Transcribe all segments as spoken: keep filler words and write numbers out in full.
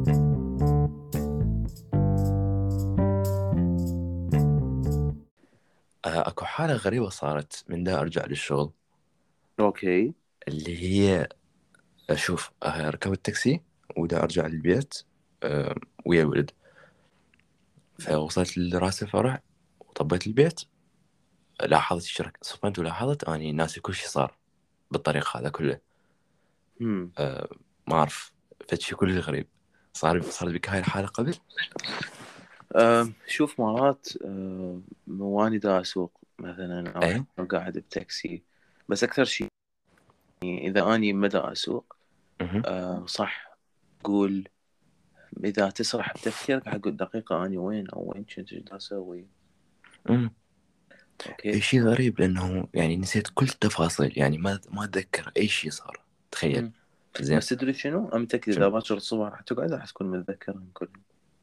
آه، اكو حالة غريبة صارت من دا ارجع للشغل، اوكي. اللي هي اشوف آه، ركبت تاكسي ودا ارجع للبيت آه، ويا الولد. فوصلت لراس الفرع وطبيت البيت، لاحظت الشركة، صفنت ولاحظت اني ناسي كل شيء صار بالطريق هذا كله. هم. آه، ما اعرف، فد شيء كلش غريب. صار صارت بك هاي الحالة قبل؟ أه شوف مرات أه واني دا اسوق مثلا او اي. حتى قاعد بتاكسي. بس اكثر شيء يعني اذا اني ما دا اسوق مهم. أه صح. قول اذا تسرح بتفكيرك حق دقيقة اني وين او وين كنت ايش دا اسوي. مم. اي اوكي. شيء غريب لانه يعني نسيت كل التفاصيل، يعني ما ما اتذكر اي شيء صار. تخيل. هم. زين. بس تدري شنو؟ انا متأكد اذا شنو؟ باكر الصبح راح تقعد راح تكون متذكرهم كلهم.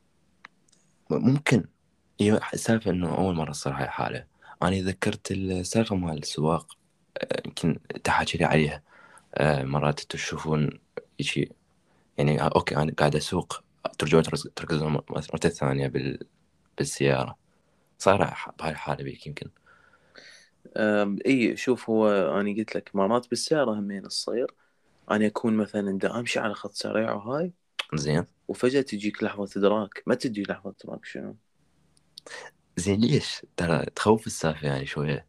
ممكن. هي السالفة إنه أول مرة تصير هاي الحالة. أنا ذكرت السالفة مال السواق، آه، يمكن تحكي لي عليها. آه، مرات تشوفون شيء، يعني آه، أوكي أنا قاعد أسوق، ترجعون تركز- تركزون مرة ثانية بال... بالسيارة. صار ح- بهاي الحالة بيك يمكن. أم، اي شوف، هو انا قلت لك مرات بالسيارة همين تصير. انا اكون مثلا دا امشي على خط سريع وهاي، زين. وفجأة تجيك لحظة إدراك، ما تجي لحظة إدراك شنو. زين ليش؟ ترى تخوف السالفة يعني شوية.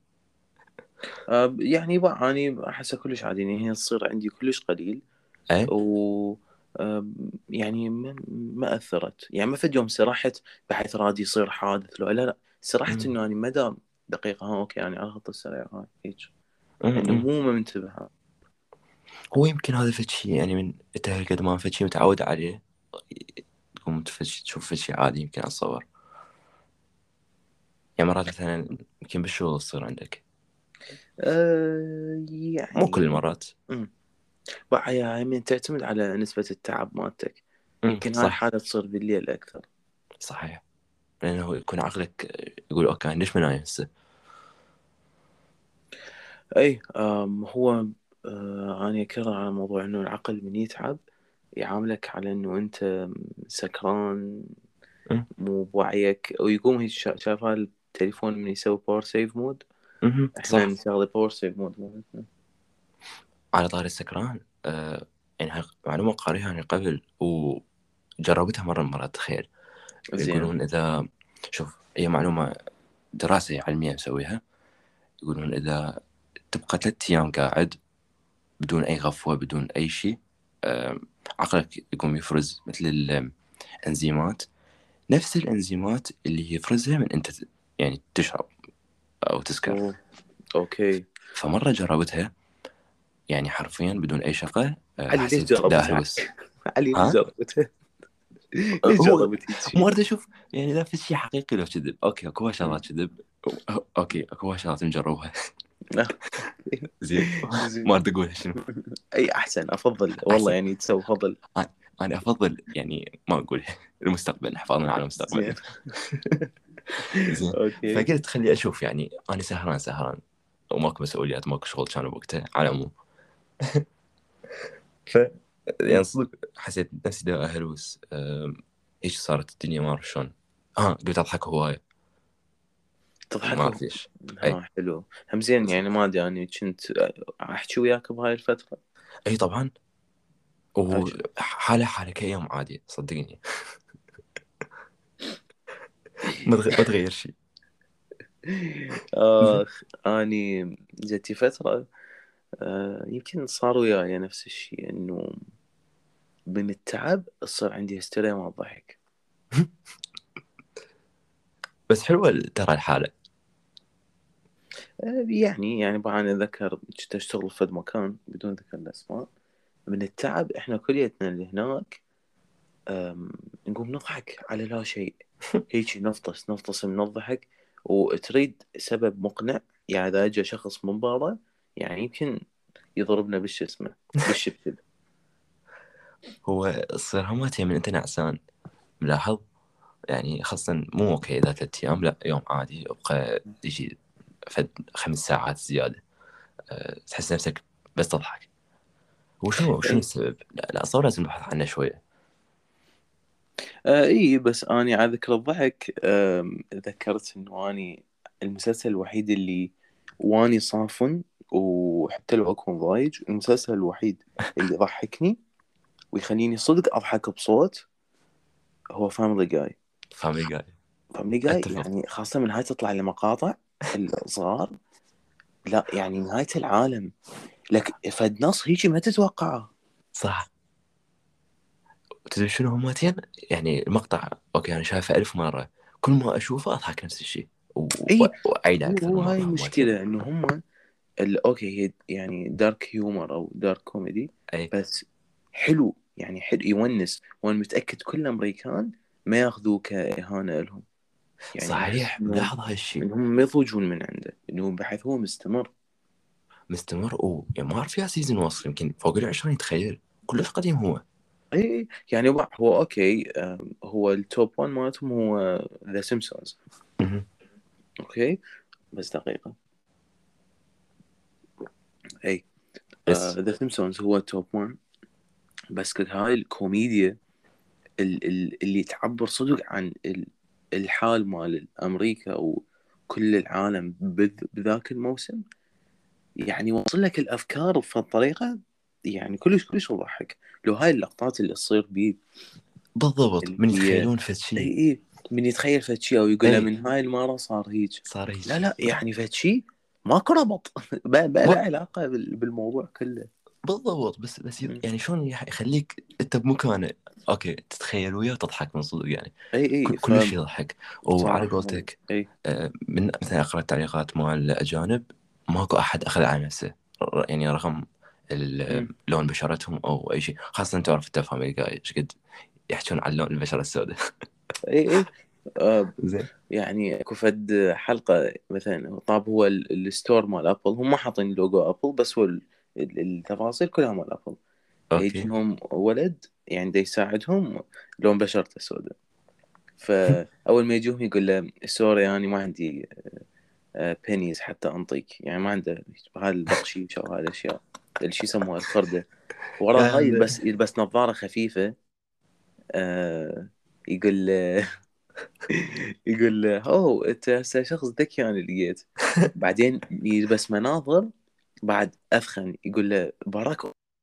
أه يعني بقى أنا أحسها كلش عادي، يعني هي تصير عندي كلش قليل. أي. و أه يعني ما, ما أثرت، يعني ما فد يوم سرحت بحيث راد يصير حادث. لا لا لا، سرحت أمم، إنه أنا مدى دقيقة ها أوكي يعني على خط السريع هاي هيك، أمم، إنه أمم. مو منتبه. هو يمكن هذا فد شيء، يعني من أنت هالقد ما فد شيء متعود عليه، تقوم تفد شي- تشوف فد شيء عادي يمكن أتصور. يعني مرات مثلا يمكن بالشغل تصير عندك. أه مو كل يعني المرات. أمم. بقى هي من تعتمد على نسبة التعب مالتك. امم يمكن هاي صح. الحالة تصير بالليل أكثر. صحيح. لأنه يكون عقلك يقول أوكي أنا ليش ما نايم هسه. اي أم هو آه، أنا أكرر على موضوع إنه العقل من يتعب يعاملك على إنه أنت سكران، أمم، مو بوعيك، ويقوم هيك شا- شايف هذا التليفون من يسوي باور سيف مود. أمم، إحنا صح. نشغل باور سيف مود مالتنا. على طاري السكران، آه يعني هاي معلومة قاريها يعني قبل وجربتها مرة من مرات. تخيل. زين. يقولون إذا، شوف هي معلومة دراسة علمية مسويها. يقولون إذا تبقى ثلاثة أيام قاعد بدون أي غفوة بدون أي شيء، آه عقلك يقوم يفرز مثل الإنزيمات، نفس الإنزيمات اللي يفرزها من أنت ت- يعني تشرب أو تسكر. أوه. أوكي. فمرة جربتها، يعني حرفيا بدون أي شغلة، آه، علي ليش حسيت لا جربتها؟ هلوس. علي ليش ها. جربتها؟ ليش هو جربت هيك مو شيء؟ أريد أشوف يعني لا في شيء حقيقي لو كذب. أوكي أكو شغلات كذب، أو- أوكي أكو شغلات نجربها. آه، زين. زين. ما أريد أقولها شنو. أي أحسن، أفضل والله أحسن. يعني تسوي فضل. أنا أنا أفضل يعني ما أقولها. المستقبل، حفاظنا على زين. مستقبلنا. زين. أوكي. فقلت خلي أشوف، يعني أنا سهران سهران وماكو مسؤوليات ماكو شغل كان بوقتها على العموم. ف يعني صدق حسيت نفسي دا أهلوس. أم، ايش صارت الدنيا ما اعرف شلون. اه قلت اضحك هواية. ما تضحكوا. اعرف ليش. اي. ها حلو. هم زين يعني ما ادري، يعني كنت احكي وياك بهاي الفترة. اي طبعا. أج- وحالة حالة كأيام عادي صدقني. ما تغ- ما تغير شيء. زين. اخ اني جتي فترة، آه، يمكن صار وياي نفس الشيء، انه من التعب تصير عندي هستيريا مع الضحك. بس حلوة ترى الحالة. آه، يعني يعني بقى انا اتذكر كنت اشتغل في مكان بدون ذكر الاسماء. من التعب احنا كليتنا اللي هناك آم، نقوم نضحك على لا شيء، هيك نفطس نفطس من الضحك. وتريد سبب مقنع، يعني إذا أجى شخص من برا يعني يمكن يضربنا بالش اسمه بالشبشب. هو الصرامات هي من انت نعسان ملاحظ، يعني خاصة مو اوكي اذا ثلاث ايام، لا يوم عادي يبقى يجي فد خمس ساعات زيادة، أه تحس نفسك بس تضحك. هو شنو شنو أي السبب؟ لا لا صار لازم نبحث عنه شوية. آه اي بس اني على ذكر الضحك، آم، ذكرت انه اني المسلسل الوحيد اللي واني صافن، وحتى لو اكون ضايج، المسلسل الوحيد اللي يضحكني ويخليني صدق اضحك بصوت هو فاميلي جاي. فاميلي جاي. فاميلي جاي اتفق. يعني خاصة من هاي تطلع المقاطع الصغار، لا يعني نهاية العالم، لك فد نص هيجي ما تتوقعه. صح. تدري شنو هم تين؟ يعني المقطع اوكي انا شايفه ألف مرة، كل ما اشوفه اضحك نفس الشيء و- اي واعيده هو اكثر هو من هاي مرة هم تين. المشكلة انه هم ال- اوكي هي يعني دارك هيومر او دارك كوميدي، اي بس حلو يعني، حلو يونس، وانا متأكد كل الامريكان ما ياخذوه كإهانة لهم، يعني احس صحيح، انهم ملاحظ هالشيء. انهم ما يضوجون من عنده، انه بحيث هو مستمر. مستمر و يعني ما اعرف فيها سيزون واصل يمكن فوق العشرين، تخيل كلش قديم هو. اي اي يعني هو هو اوكي، آم، هو التوب واحد مالتهم هو ذا سيمبسونز. مهم. اوكي بس دقيقة. اي بس ذا سيمبسونز هو توب واحد، بس كل هاي الكوميديا ال- ال- اللي تعبر صدق عن ال- الحال مال أمريكا أو كل العالم بذ- بذاك الموسم، يعني وصل لك الأفكار بطريقة يعني كلش كلش يضحك. لو هاي اللقطات اللي تصير بيه، بالضبط اللي من هي يتخيلون فد اي شيء. اي من يتخيل فد شي او يقول له اي من هاي المرة صار هيك، صار لا هيك. لا يعني فد شي ماكو ربط بقى, بقى له ما علاقة بال- بالموضوع كله. بالضبط، بس بس ي- م. يعني شلون يح- يخليك انت بمكانه، اوكي تتخيل وياه وتضحك من صدق يعني. اي اي كل ف كل شيء يضحك. وعلى بصراحة قولتك اي آه، من مثلا اقرا التعليقات مال الاجانب، ماكو احد اخذ على نفسه، ر- يعني رغم ال- م. لون بشرتهم او اي شيء، خاصه تعرف انت في امريكا ايش قد يحجون عن لون البشره السوداء. اي اي آه، زين. يعني اكو فد حلقة مثلا، طاب هو ال- الستور مال ابل هم حاطين لوجو ابل، بس هو ال- ال- التفاصيل كلها مال ابل. اوكي. يجيهم ولد يعني دا يساعدهم، لون بشرته سوداء، فاول ما يجوهم يقول له سوري يعني ما عندي بينيز حتى انطيك، يعني ما عنده هذا البقشيش او هاي الاشياء اللي شو يسموها الخردة. ورا يا هاي عمي. يلبس يلبس نظارة خفيفة. آه يقول له يقول له اوه انت هسه شخص ذكي انا لقيت. بعدين يلبس مناظر بعد افخم، يقول له باراك.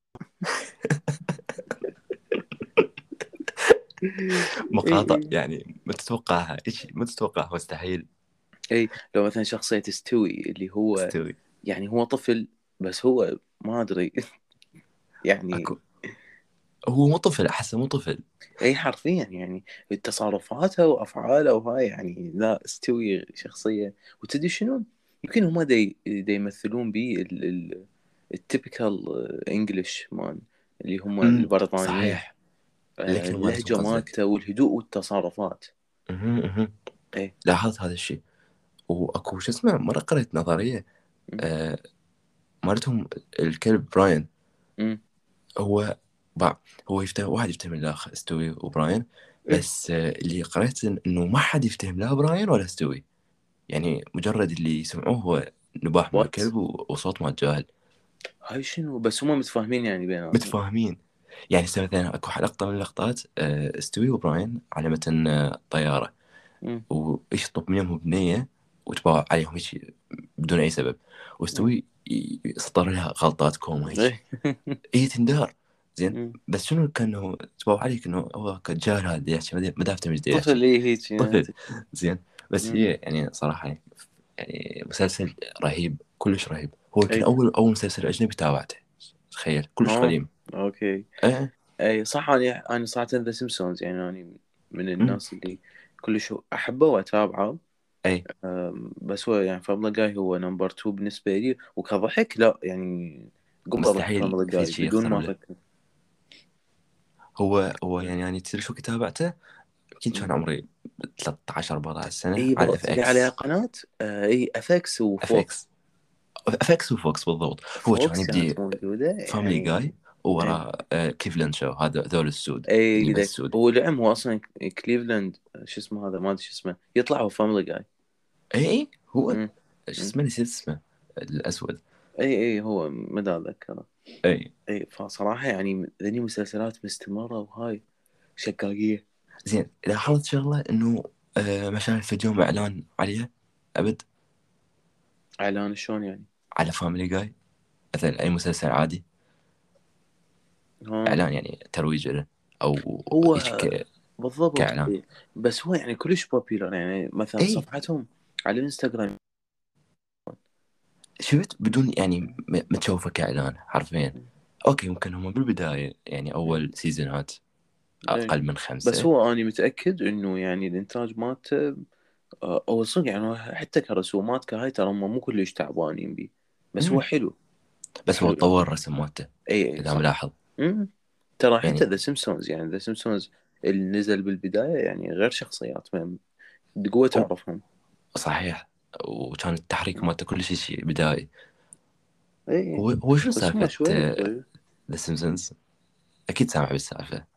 اي مقاطع اي يعني ما تتوقعها، ايش ما تتوقعها، مستحيل. اي لو مثلا شخصية استوي اللي هو تستوي. يعني هو طفل، بس هو ما ادري يعني. اكو. هو مو طفل، احسه مو طفل. اي حرفيا يعني تصرفاته وافعاله وهاي، يعني لا استوي شخصية. وتدري شنو، يمكن هم دي, دي يمثلون بي التيبيكال انجلش مان اللي هم امم البريطانيين، صحيح. آه، لكن ما لازم اللهجة قصدك. مالته والهدوء والتصرفات. مهم، مهم. ايه لاحظت هذا الشيء. واكو شو اسمه، مره قريت نظريه م- آه مالتهم الكلب براين. م- هو بع هو يفتهم، واحد يفتهم الاخ استوي وبراين، ايه بس آه اللي قريت إن- انه ما حد يفتهم لا براين ولا استوي، يعني مجرد اللي يسمعوه هو نباح مال وات كلب و- وصوت مال جاهل. هاي شنو، بس هم متفاهمين يعني بيناتهم. متفاهمين. يعني هسه مثلا اكو لقطه من اللقطات آه استوي وبراين على متن آه طياره، م- ويشطب منهم بنيه وتباوع عليهم هيك بدون اي سبب، م- واستوي ي- يسطر لها غلطات كوم هيك. ايه هي تندار. زين. م. بس شنو كانه تباوع عليك انه هو كجار هذا يحكي ما دافع تمجد يحكي. طفل ايه هيك طفل. يعني. زين. بس م. هي يعني صراحه يعني مسلسل رهيب، كلش رهيب. هو يمكن ايه اول اول مسلسل اجنبي تابعته، تخيل كلش اه قديم. اوكي. ايه. اي صح، انا انا صراحة ذا سيمبسونز يعني انا من أمم. الناس اللي كلش احبه واتابعه. اي أم، بس هو يعني فاميلي جاي هو نمبر تو بالنسبة لي، وكضحك لا يعني قنبلة مستحيل فاميلي في جاي شيء بدون يخسر ما له. افكر. هو هو يعني يعني تدري شو كتابعته؟ يمكن كان م. عمري ثلاثة عشر أربعة عشر سنة اي على بالضبط اف اللي عليها اكس. قناة، آه، اي افكس اف وفوكس. اكس. اف اكس وفوكس بالضبط. هو كان فوكس كانت يبدي موجودة فاميلي يعني. جاي اي ورا كليفلاند شو، هذا ذول السود اي النمر كذا. السود. هو العم هو اصلا كليفلاند، شو اسمه هذا ما ادري شو اسمه، يطلع هو فاميلي جاي. اي اي هو م. شو م. اسمه، نسيت اسمه الاسود. اي اي هو ما اتذكره. اي. اي فصراحة يعني ذني مسلسلات مستمرة وهاي شقاقية. زين لاحظت شغلة إنه آه ما شايف فيديو إعلان عليها أبد اعلان شلون يعني؟ على فاميلي جاي مثلا أي مسلسل عادي، ها. إعلان يعني ترويج له أو هو إيش ك... بالضبط كإعلان. إيه. بس هو يعني كلش بوبيلر، يعني مثلا إي صفحتهم على الانستغرام. شفت بدون يعني م- ما تشوفه كإعلان حرفيا. أوكي ممكن هم بالبداية يعني أول سيزونات ايه. أقل من بس خمسة. هو أنا متأكد إنه يعني الإنتاج مالته آه، هو صدق يعني حتى كرسومات كهاي ترى هم مو كلش تعبانين بيه. بس هو مم. حلو. بس هو حلو يعني. طور الرسم مالته اي اي إذا صح. ملاحظ. مم. ترى حتى يعني ذا سيمبسونز، يعني ذا سيمبسونز اللي نزل بالبداية يعني غير شخصيات، فاهم؟ بقوة أو تعرفهم. صحيح، وكان التحريك مم. مالته كل شيء شيء بدائي. اي اي. هو هو شنو بس هم سالفة شوي شوي. ذا سيمبسونز؟ أكيد سامع بالسالفة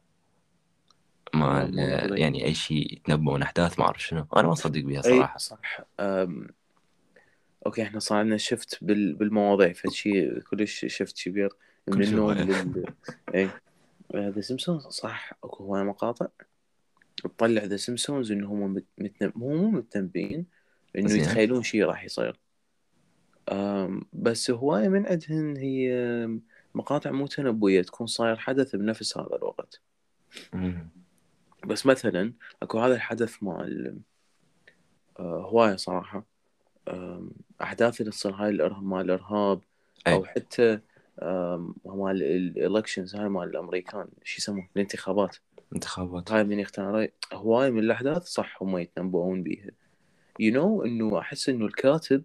لا ما ما أدري. يعني أي شيء يتنبؤون أحداث ما أعرف شنو، أنا ما أصدق بيها اي صراحة. صح. أم. اوكي احنا صار لنا شفت بال... بالمواضيع، فشي كلش شفت كبير من كل شيء النوم هواية. لل اي. ذا سيمبسونز صح، اكو هواي مقاطع تطلع ذا سيمبسونز انه هم مت... متنب... مو مو متنبئين انه زين. يتخيلون شيء راح يصير. أم... بس هواية من عندهن هي مقاطع مو تنبؤية، تكون صاير حدث بنفس هذا الوقت. مم. بس مثلا اكو هذا الحدث مال آه، هواية صراحة. أم، أحداث اللي تصير هاي الإرهاب مال الإرهاب، أي أو حتى أم، مال الإلكشنز هاي مال الأمريكان، شو يسمونه الانتخابات. انتخابات. هاي من يختار هواي من الأحداث صح هم يتنبؤون بيها. you know إنه أحس إنه الكاتب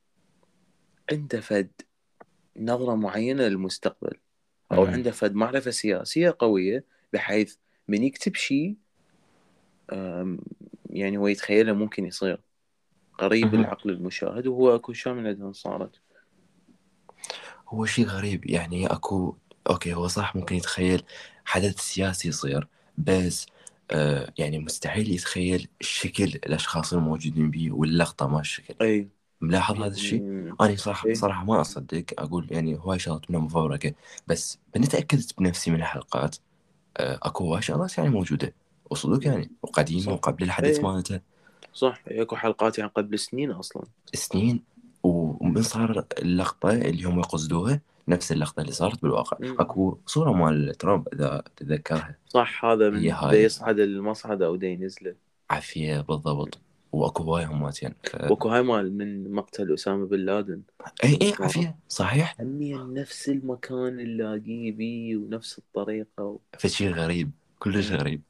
عنده فد نظرة معينة للمستقبل، أو مم. عنده فد معرفة سياسية قوية، بحيث من يكتب شيء أم، يعني هو يتخيله ممكن يصير قريب مم. العقل المشاهد، وهو أكو شو من عندهم صارت. هو شيء غريب يعني اكو. اوكي هو صح ممكن يتخيل حدث سياسي يصير، بس آه يعني مستحيل يتخيل شكل الاشخاص الموجودين به واللقطة ما الشكل. أي ملاحظ هذا الشيء. يعني. انا صراحة ايه صراحة ما اصدق، اقول يعني هواي شغلات منها مفبركة، بس من تأكدت بنفسي من الحلقات آه اكو هواي شغلات يعني موجودة وصدق يعني وقديمة صح. وقبل الحدث ايه مالته صح، اكو حلقات يعني قبل سنين اصلا. سنين. ومن صار اللقطة اللي هم يقصدوها نفس اللقطة اللي صارت بالواقع. م-م. اكو صورة مال ترامب اذا تتذكرها، صح، هذا هي من دا هاي يصعد المصعد او دا ينزله. عافية بالضبط. واكو هواي همات ف واكو هاي مال من مقتل اسامة بن لادن اي من اي صار، عافية صحيح. همين نفس المكان اللي لاقيه بيه ونفس الطريقة و... فشي غريب كلش م. غريب.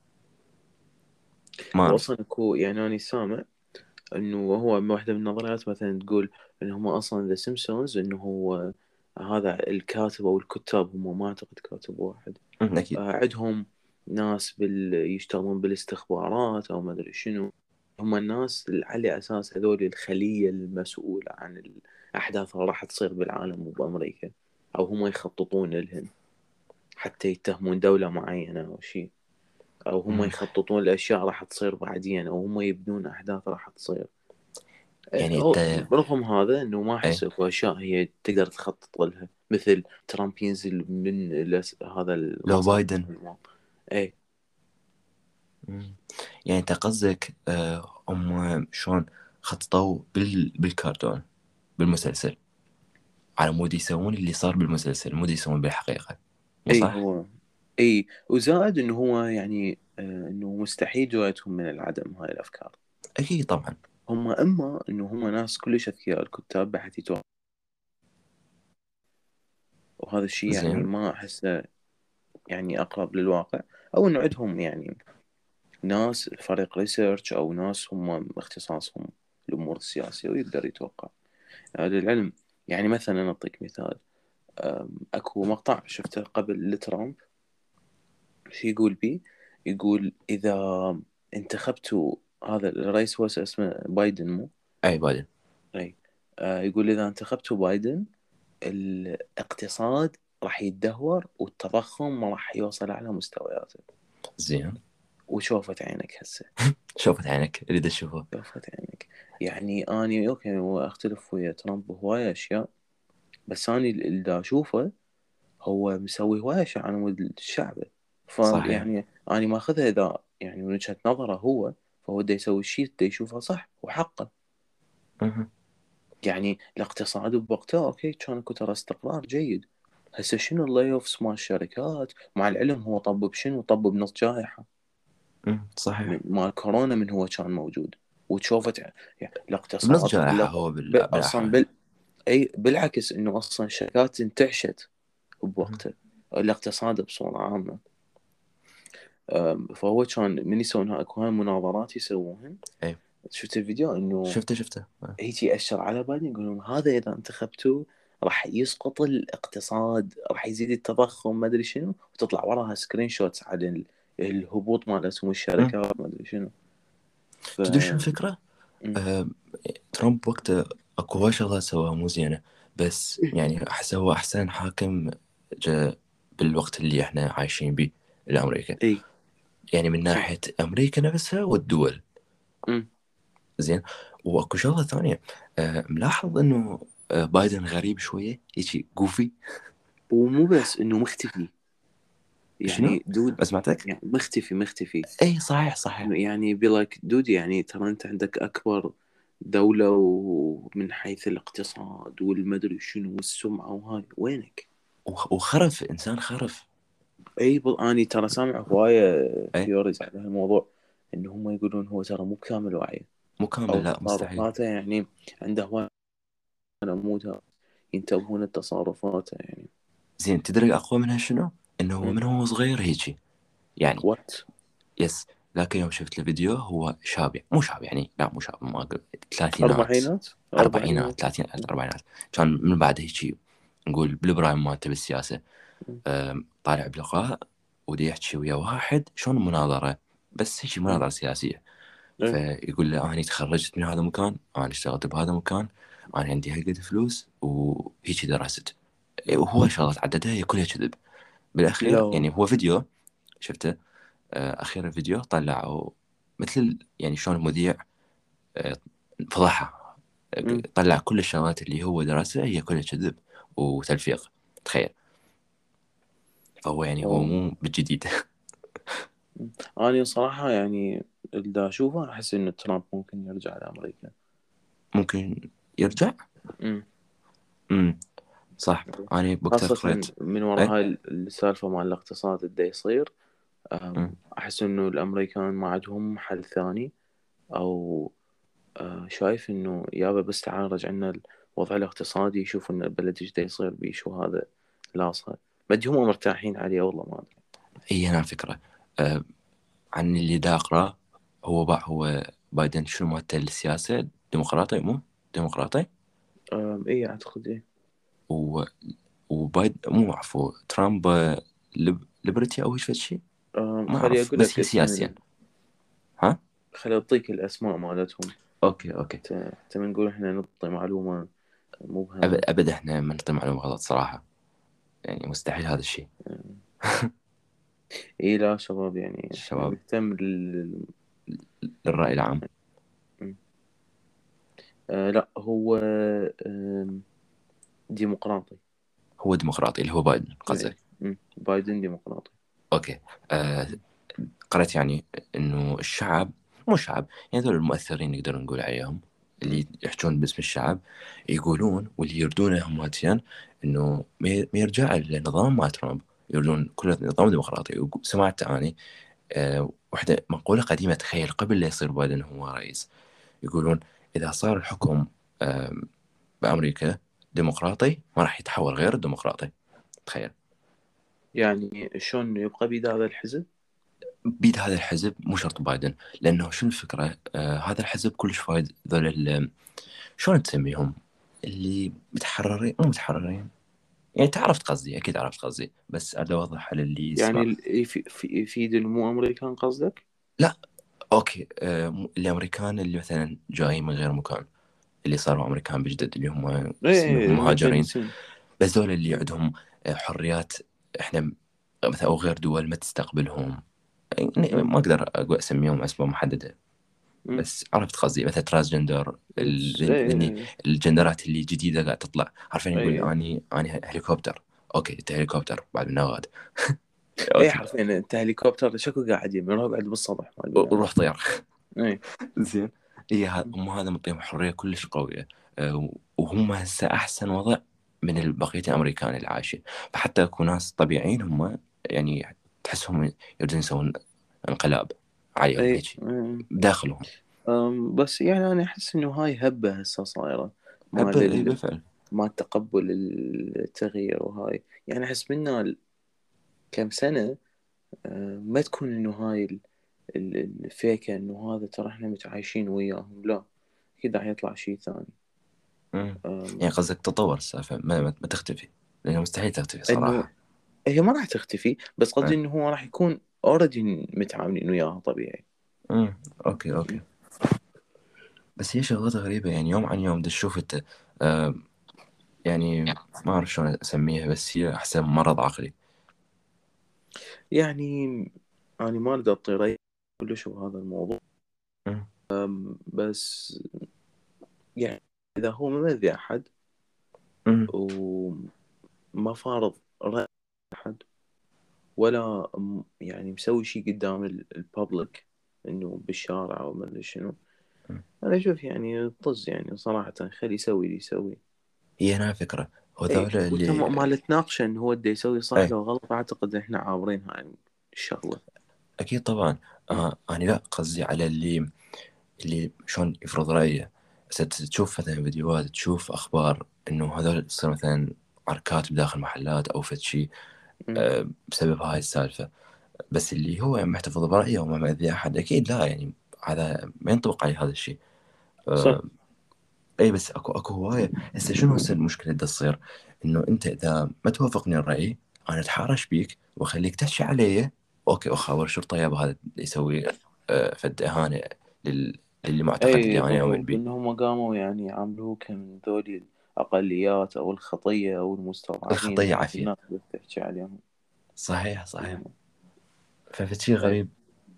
ما اعرف. واصلا اكو يعني اني سامع انه هو واحدة من النظريات مثلا تقول انه هم اصلا ذا سيمبسونز انه هو هذا الكاتب او الكتاب، هم ما اعتقد كاتب واحد. أمم، اكيد. آه، عندهم ناس بال... يشتغلون بالاستخبارات أو ما أدري شنو. هم الناس اللي على أساس هذول الخلية المسؤولة عن الأحداث اللي راح تصير بالعالم وبأمريكا، أو هم يخططون لهن حتى يتهمون دولة معينة أو شيء، أو هم أمم. يخططون لأشياء راح تصير بعدين، أو هم يبنون أحداث راح تصير. يعني أو انت رغم هذا إنه ما اي أحس إكو أشياء هي تقدر تخطط لها، مثل ترامب ينزل من الأس- هذا لو المصعد. بايدن. إيه أمم. يعني انت قصدك آه هم شلون خططوا بال... بالكرتون بالمسلسل على مود يسوون اللي صار بالمسلسل مود يسوون بالحقيقة، مو اي صح؟ هو. اي وزائد انه هو يعني آه، انه مستحيل جايتهم من العدم هاي الافكار. أكيد طبعا. هم اما انه هم ناس كلش اذكياء الكتاب بحيث يتوقع، وهذا الشيء يعني زين. ما احسه يعني اقرب للواقع، او انه عندهم يعني ناس فريق ريسيرش او ناس هم اختصاصهم الامور السياسيه ويقدر يتوقع هذا العلم. يعني مثلا اعطيك مثال، آم، اكو مقطع شفته قبل لترامب، شو يقول بيه؟ يقول إذا انتخبتوا هذا الرئيس، هو اسمه بايدن مو؟ أي بايدن. أي. آه يقول إذا انتخبتوا بايدن الاقتصاد راح يتدهور والتضخم ما راح يوصل أعلى مستوياته. زين. وشوفت عينك هسه. شوفت عينك أريد أشوفه. شوفت عينك. يعني أني أوكي هو أختلف ويا ترامب بهواية أشياء، بس أني اللي دا أشوفه هو مسوي هواية أشياء عن ود الشعب. صحيح. فيعني أنا ماخذها إذا يعني من وجهة نظره هو، فهو دا يسوي الشيء دا يشوفه صح وحقه. مهم. يعني الاقتصاد بوقته أوكي كان اكو ترى استقرار جيد. هسه شنو اللاي اوفس مال الشركات؟ مع العلم هو طب بشنو؟ طب بنص جائحة مم. صحيح. من- مال كورونا من هو كان موجود. وتشوفت يعني بنص الاقتصاد جائحة لا- هو ب- بال- اصلا بالأحرى. بال اي بالعكس انه اصلا الشركات انتعشت مهم. بوقته، الاقتصاد بصورة عامة. أم، فهو كان من يسوون هاي اكو هاي المناظرات يسووهن. أي شفت الفيديو انه شفته شفته آه. هيك يأشر على بالي يقول لهم هذا اذا انتخبتوه راح يسقط الاقتصاد، راح يزيد التضخم، ما ادري شنو، وتطلع وراها سكرين شوتس على ال- الهبوط مال اسهم مم. الشركات ما ادري شنو. ف تدري شو الفكرة؟ م. آه، ترامب وقته اكو هواي شغلات سواها مو زينة، بس يعني احس هو احسن حاكم جاء بالوقت اللي احنا عايشين به لامريكا. اي يعني من صح. ناحية امريكا نفسها والدول. م. زين. واكو شغلة ثانية، آه، ملاحظ انه آه، بايدن غريب شوية هيجي جوفي. ومو بس انه مختفي، شنو؟ يعني دود، ما سمعتك؟ يعني مختفي مختفي. اي صحيح صحيح. يعني بيلاك دود، يعني ترى انت عندك اكبر دولة ومن حيث الاقتصاد والمدري شنو والسمعة وهاي، وينك؟ وخ- وخرف انسان خرف. اي بل اني ترى سامع هواية اي ثيوريز على هالموضوع، ان هم يقولون هو ترى مو بكامل وعيه، مو كامل، او لا مستحيل. تصرفاته يعني عنده هواية نموذج ينتبهون لتصرفاته يعني. زين، تدري الاقوى منها شنو؟ انه هو م. من هو صغير هيجي، يعني وات. يس. لكن يوم شفت الفيديو هو شاب، يعني مو شاب يعني، لا مو شاب، ما أقول ثلاثينات، اربعينات أربعينات، اربعينات. ثلاثينات، أربعينات. كان من بعد هيك نقول بالبرايم مالته بالسياسة. م. أم، طالع بلقاء ودي يحكي ويا واحد شلون مناظرة، بس هيك م. مناظرة سياسية. إيه. فيقول له أنا تخرجت من هذا المكان، أنا اشتغلت بهذا المكان، أنا عندي هالقد فلوس وهيك درست. وهو شغلات عددها هي كلها كذب بالأخير. لا. يعني هو فيديو شفته، آه، أخيرا فيديو طلعوا مثل ال- يعني شلون المذيع آه، فضحها، آه، م. طلع كل الشغلات اللي هو درسها هي كلها كذب وتلفيق. تخيل. فهو يعني هو أوه. مو بالجديد. أنا صراحة يعني اللي دا أشوفه أحس إن ترامب ممكن يرجع لأمريكا. ممكن يرجع. أمم. امم صح. أنا بوقتها خاصة قريت. من وراء أي. هاي السالفة مع الاقتصاد اللي دا يصير. أم، أمم. أحس إنه الأمريكان ما عندهم حل ثاني، أو أه، شايف إنه يابا بس تعال نرجع لنا الوضع الاقتصادي، يشوف إن البلد إيش دا يصير بيه، شو هذا لاصق بدي هم مرتاحين عليه والله ما أدري. هي هنا الفكرة. آه، عن اللي دا أقرأ، هو بقى هو بايدن شنو مالته السياسة ديمقراطي، مو ديمقراطي. أم، إيه أعتقد إيه. و وبايد مو عفوا ترامب آه، لب... ليبرتي أو إيش شيء. أم، ما خلي أعرف، أقول بس لك هي اسم سياسيا. ال... ها. خلي أعطيك الأسماء مالتهم. اوكي اوكي. ت- تبي نقول إحنا نعطي معلومة أبد, مبهمة. أبد احنا ما نعطي معلومة غلط صراحة، يعني مستحيل هذا الشيء. اي لا شباب، يعني احنا الشباب نهتم لل... للرأي العام. آه لا هو آم، ديمقراطي. هو ديمقراطي اللي هو بايدن اي. قصدك. مم. بايدن ديمقراطي. اوكي. آه قرأت يعني انه الشعب، مو الشعب يعني هذول المؤثرين نقدر نقول عليهم، مم. اللي يحجون باسم الشعب، يقولون واللي يردونه هماتيا انه ما ي- ما يرجع النظام مع ترامب، يردون كل نظام ديمقراطي. وسمعت اني آه واحدة مقولة قديمة، تخيل قبل لا يصير بايدن هو رئيس، يقولون إذا صار الحكم آم، بأمريكا ديمقراطي ما راح يتحول غير الديمقراطي. تخيل. يعني شلون يبقى بيد هذا الحزب؟ بيد هذا الحزب، مو شرط بايدن، لأنه شنو الفكرة، آه هذا الحزب كلش فايد ذول ال- شلون تسميهم، اللي متحررين مو متحررين، يعني تعرفت قصدي، أكيد عرفت قصدي، بس أريد أوضح للي يعني يسمع. ال- في في يفيد المو امريكان قصدك؟ لا. أوكي. آه الأمريكان اللي مثلا جايين من غير مكان، اللي صاروا أمريكان بجدد، اللي هم ايه يسميهم مهاجرين. المنتدسين. بس ذول اللي مم. عندهم آه، حريات، احنا مثلا او غير دول ما تستقبلهم، يعني مم. ما اقدر اقول اسميهم اسماء محدده، مم. بس عرفت قصدي، مثلا ترانسجندر، بس- ال- ايه ذني ايه الجندرات اللي جديده قاعد تطلع، عارفين، ايه يقول ايه. اني اني هليكوبتر. اوكي انت هليكوبتر بعد من نواد. اي اوكي. حرفيا انت هليكوبتر شكو قاعد يمين روح قاعد بالسطح مال بني وروح طير. آدم. زين. اي هذا هم هذا مطيهم حريه كلش قويه. أه، وهم هسه احسن وضع من بقيه الامريكان اللي عايشين. فحتى اكو ناس طبيعيين هم يعني تحسهم يريدون يسوون انقلاب عليهم اي هيك أمم. بداخلهم. أم، بس يعني انا احس انه هاي هبه هسه صايره هبه، مال اي ال... بالفعل. مال تقبل التغيير وهاي. يعني احس منا كم سنه أه، ما تكون انه هاي ال- ال- الفيكه انه هذا ترى احنا متعايشين وياهم، لا اكيد راح يطلع شيء ثاني. مم. أم، يعني قصدك تطور السالفه ما, ما ما تختفي، لانه مستحيل تختفي انه صراحه. هي ما راح تختفي، بس قصدي أه. انه هو راح يكون اوريدي متعاونين وياها طبيعي. مم. اوكي اوكي. بس هي شغلات غريبه يعني يوم عن يوم تشوف انت. أه يعني ما اعرف شلون اسميها، بس هي احسن مرض عقلي. يعني أنا ما أقدر أطير كلش بهذا الموضوع، مم. بس يعني إذا هو ما مأذي أحد مم. وما فارض رأي أحد، ولا م- يعني مسوي شيء قدام الببليك إنه بالشارع أو ما أدري شنو، مم. أنا أشوف يعني طز يعني صراحة خلي يسوي اللي يسوي. هي هنا فكرة إيه هذول اللي. وتم ما تناقشه إنه هو دا يسوي صح اي لو غلط، أعتقد إحنا عابرين هاي الشغلة. اكيد طبعا. آه انا لا قصدي على اللي اللي شلون يفرض رأيه. هسه تشوف مثلا فيديوهات، تشوف اخبار انه هذول تصير مثلا عركات بداخل محلات او فد شيء م. آه بسبب هاي السالفة. بس اللي هو محتفظ برأيه وما مأذي احد اكيد لا، يعني هذا ما ينطبق عليه هذا الشيء. صح. آه، اي بس اكو اكو هوايه. هسه شنو هسه المشكله اللي تصير؟ انه انت اذا ما توافقني الراي انا اتحارش بيك واخليك تحكي علي. اوكي، واخابر شرطه يابا هذا يسوي آه، فد اهانه لل... للمعتقد اللي اي انا اؤمن بالضبط، به. انهم قاموا يعني يعاملوك من ذولي الاقليات او الخطيه او المستضعفين الخطيه او عافيه. الناس اللي تحكي عليهم. صحيح صحيح. يعني ففد شيء اي غريب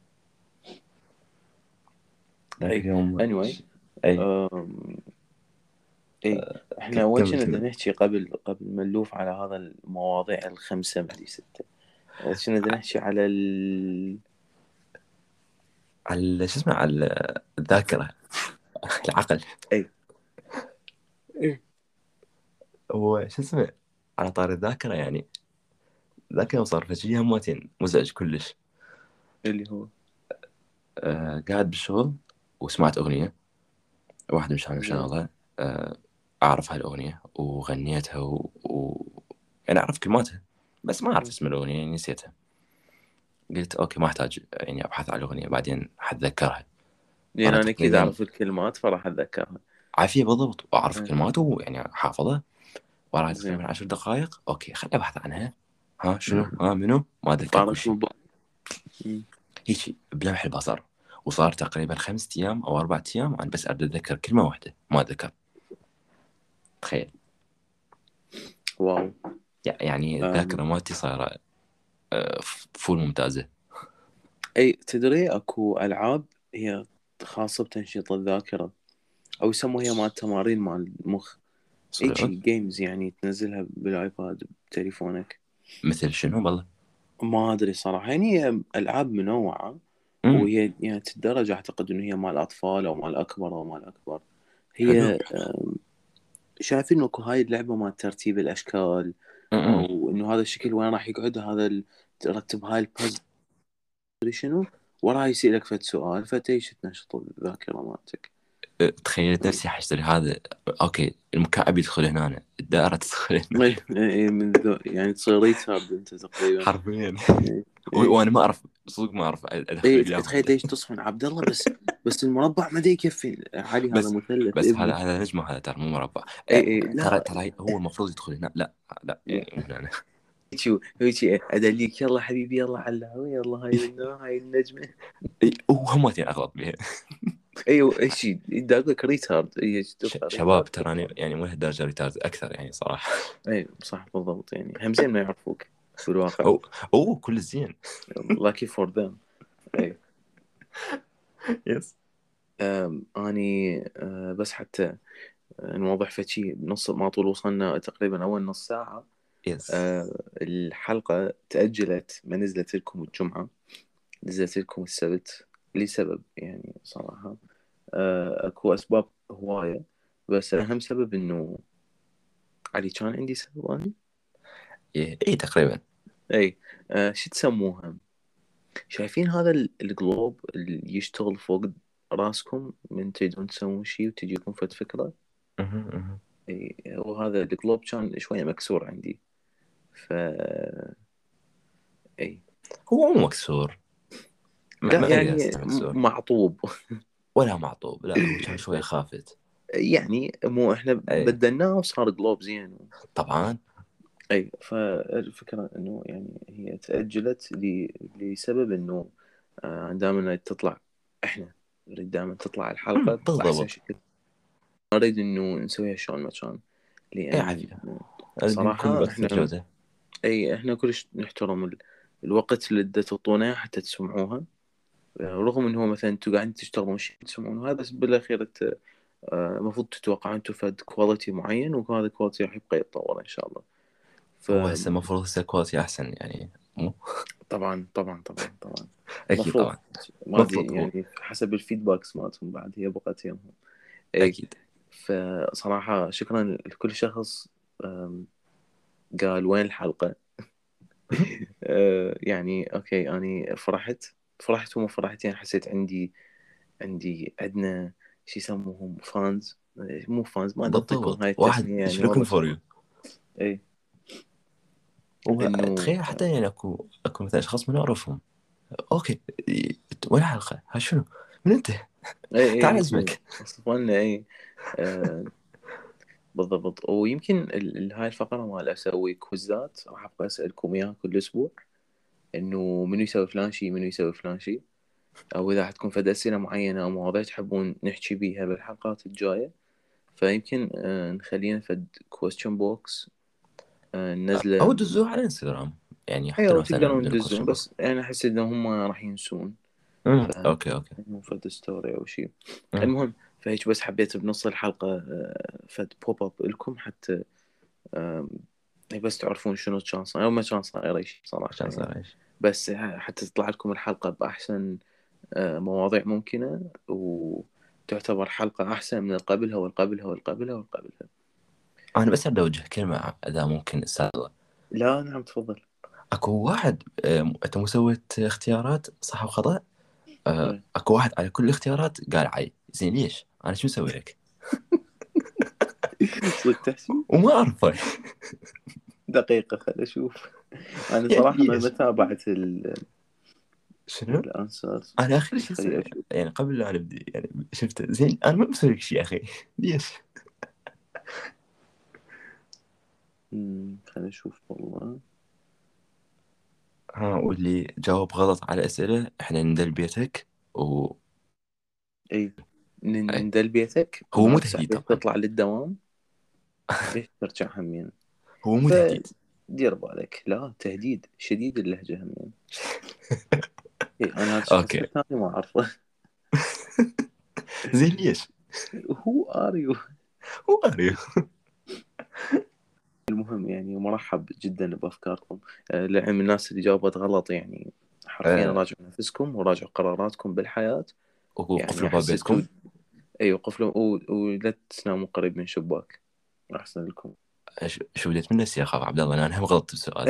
ذاك اي اليوم. anyway. اي أم... اي احنا ك- اول كمل كنا بدنا كمل. نحكي قبل قبل ما نلوف على هذا المواضيع الخمسه مدري سته. أه، كنا بدنا نحكي على ال... على شو اسمه، على الذاكره. العقل. اي اي هو شو اسمه، على طار الذاكره يعني. ذاك يوم صار فد شيء همتين مزعج كلش. اللي هو آه قاعد بالشغل وسمعت أغنية واحدة مش عارف زين. شغلها. آه أعرف هالأغنية وغنيتها و... و... يعني أعرف كلماتها بس ما أعرف م. اسم الأغنية يعني نسيتها. قلت أوكي ما أحتاج يعني أبحث عن الأغنية بعدين حتذكرها. لان وأنا انا اكيد تقريبا اعرف الكلمات فراح اتذكرها. عافية بالضبط وأعرف م. كلماته يعني حافظها. وراها زين. تقريبا عشر دقائق أوكي خليني أبحث عنها. ها شنو، ها منو، ما أتذكر كل فارق شيء. بالضبط. م. هيك بلمح البصر. وصار تقريبا خمسة أيام أو أربعة أيام أنا بس أريد أتذكر كلمة واحدة ما أتذكر. تخيل. واو. يعني أم... الذاكرة مالتي صايرة آه، فول ممتازة. اي تدري اكو العاب هي خاصة بتنشيط الذاكرة، او يسموها هي مال تمارين مال المخ. صدق. ايجي جيمز يعني تنزلها بالايباد بتليفونك. مثل شنو والله. ما ادري صراحة، يعني هي العاب منوعة، امم. وهي يعني تدرج اعتقد انه هي مال اطفال او مال اكبر او مال اكبر. حلو. هي شايفين اكو هاي اللعبة مال ترتيب الاشكال، امم. او انه هذا الشكل وين راح يقعد، هذا ال- ترتب هاي البازل شنو، وراه يسألك فد سؤال فتيش تنشط الذاكرة مالتك. تخيلت نفسي حاشتري هذا. اوكي المكعب يدخل هنا، الدائرة تدخل هنا. إيه، إيه، من ذو يعني تصير ريتارد انت تقريبا. حرفيا. اي و- اي وانا ما اعرف صدق ما اعرف ادخل إيه، اياهم. تخيل ليش تصحن عبد الله، بس بس المربع ما دا يكفي علي، هذا بس مثلث بس هذا ابني. هذا نجمة، هذا ترى مو مربع. اي آه، اي ترى لا ترى هو المفروض يدخل هنا، لا لا لا يعني مو هنا. هيجي هيجي ادليك يلا حبيبي يلا على الهوا يلا هاي منا هاي النجمة. إي، هو همتين اغلط بها. ايوه ايش يدق لك ريتارد، اي ايش ش- تبقى شباب ريتارد تراني تبقى. يعني مو لهالدرجة ريتارد اكثر يعني صراحة. اي صح بالضبط، يعني همزين ما يعرفوك بالواقع. او اوه كل زين. lucky for them. اي يس. أم، اني أه، بس حتى نوضح فشي بنص ما طول وصلنا تقريبا أول نص ساعة. يس. آه الحلقة تأجلت، ما نزلت لكم الجمعة، نزلت لكم السبت لسبب يعني صراحة. آه أكو أسباب هواية، بس أهم سبب إنه علي كان عندي سبب أنا. إيه إيه تقريبا. أي. آه شو تسموها؟ شايفين هذا ال- الجلوب اللي يشتغل فوق راسكم من تريدون تسوون شي وتجيكم فد فكرة؟ مهم، مهم. اي، وهذا الجلوب كان شوية مكسور عندي. ف اي. هو مو مكسور، ما, لا ما أقدر يعني أسميه مكسور م- معطوب. ولا معطوب، لا هو كان شوية خافت. يعني مو احنا أي بدلناه وصار جلوب زين. طبعا. اي، فالفكرة انه يعني هي تأجلت ل... لسبب انه آه، دائما تطلع، احنا نريد دائما تطلع مم، الحلقة بأحسن بالضبط. شكل. نريد انه نسويها شلون ما كان، أي لان عافية، يكون صراحة بأكثر احنا، جودة. اي احنا كلش نحترم ال... الوقت اللي دا تعطونه حتى تسمعوها. رغم انه هو مثلا انتوا قاعدين تشتغلون شيء تسمعون هذا، بس بالاخير انت آه، المفروض تتوقعون انتوا فد كواليتي معين، وهذا الكواليتي راح يبقى يتطور ان شاء الله. هو هسه المفروض هسه كواليتي أحسن يعني، مو؟ فطبعا طبعا طبعا طبعا أكيد مفروض. طبعا. ما ادري مفروض هو. يعني حسب الفيدباكس مالتهم بعد هي بقت يومهم. اي. أكيد. فصراحة شكرا لكل شخص آم، قال وين الحلقة. آه، يعني اوكي اني فرحت، فرحت وما فرحت، يعني حسيت عندي، عندي عندنا شو يسموهم فانز، مو فانز، ما ادري اعطيكم بالضبط، هاي واحد التسمية is يعني looking والله for شكرا. you. اي. انه وتخيل حتى يعني اكو اكو مثلا اشخاص ما نعرفهم، اوكي، ي- وين الحلقه؟ ها شنو؟ من انت؟ اي تعال اي يجي اسمك. وصفوا لنا. اي. آه بالضبط. ويمكن ال- ال- هاي الفقرة مال اسوي كوزات راح ابقى اسالكم اياها كل اسبوع، انه منو يسوي فلان شي، منو يسوي فلان شي، او اذا حتكون فد اسئله معينه او مواضيع تحبون نحكي بيها بالحلقات الجايه، فيمكن آه نخلينا فد question box آه او ننزله. دزوه على انستغرام، يعني حتى ايوه لو مثلا تقدرون بدون تدزون، كوتشن بوكس. بس انا احس ان هم راح ينسون. امم ف اوكي اوكي. مو فد ستوري او شيء. امم المهم، فهيك بس حبيت بنص الحلقه آه، فد بوب اب لكم حتى آم، بس تعرفون شنو كان صاير، او ما كان صاير اي شيء صراحه عشان يعني. صار ايش. بس حتى تطلع لكم الحلقه باحسن آه، مواضيع ممكنه، وتعتبر حلقه احسن من القبلها والقبلها والقبلها والقبلها. انا بس اريد اوجه كلمه اذا ممكن استاذ. لا نعم تفضل. اكو واحد، آه، انت مو سويت اختيارات صح وخطا؟ آه، إيه. اكو واحد على كل الاختيارات قال عي، زين ليش؟ انا شو مسوي لك؟ صدق تحكي؟ وما اعرفه. دقيقه خل اشوف. انا يعني صراحه ما ليش؟ متابعه شنو؟ الانسرز. انا اخر شيء س... خليني اشوف. يعني قبل لا نبدي يعني شفت زين، انا ما مسوي لك شيء يا اخي. ليش؟ أمم، خليني اشوف والله. ها، واللي جاوب غلط على اسئله احنا ندل بيتك و اي. ن- اي. ندل بيتك هو مو ونعكس تهديد عليك طبعا. تطلع للدوام. ليش ترجع همين؟ هو مو تهديد. فدير بالك، لا تهديد شديد اللهجة همين. اي انا هذا الشخص اوكي. الثاني ما اعرفه. زين ليش؟ هو ار يو. هو اريو. المهم يعني مرحب جدا بافكاركم. آه، لعلم الناس اللي جاوبت غلط يعني حرفيا آه، راجعوا نفسكم وراجعوا قراراتكم بالحياة. يعني وقفلوا باب احس انتوا، بيتكم. اي قفلوا و- ولا تناموا قريب من شباك، احسن لكم. ش- شو بديت من نفسي اخاف عبد الله، انا هم غلطت بالسؤال.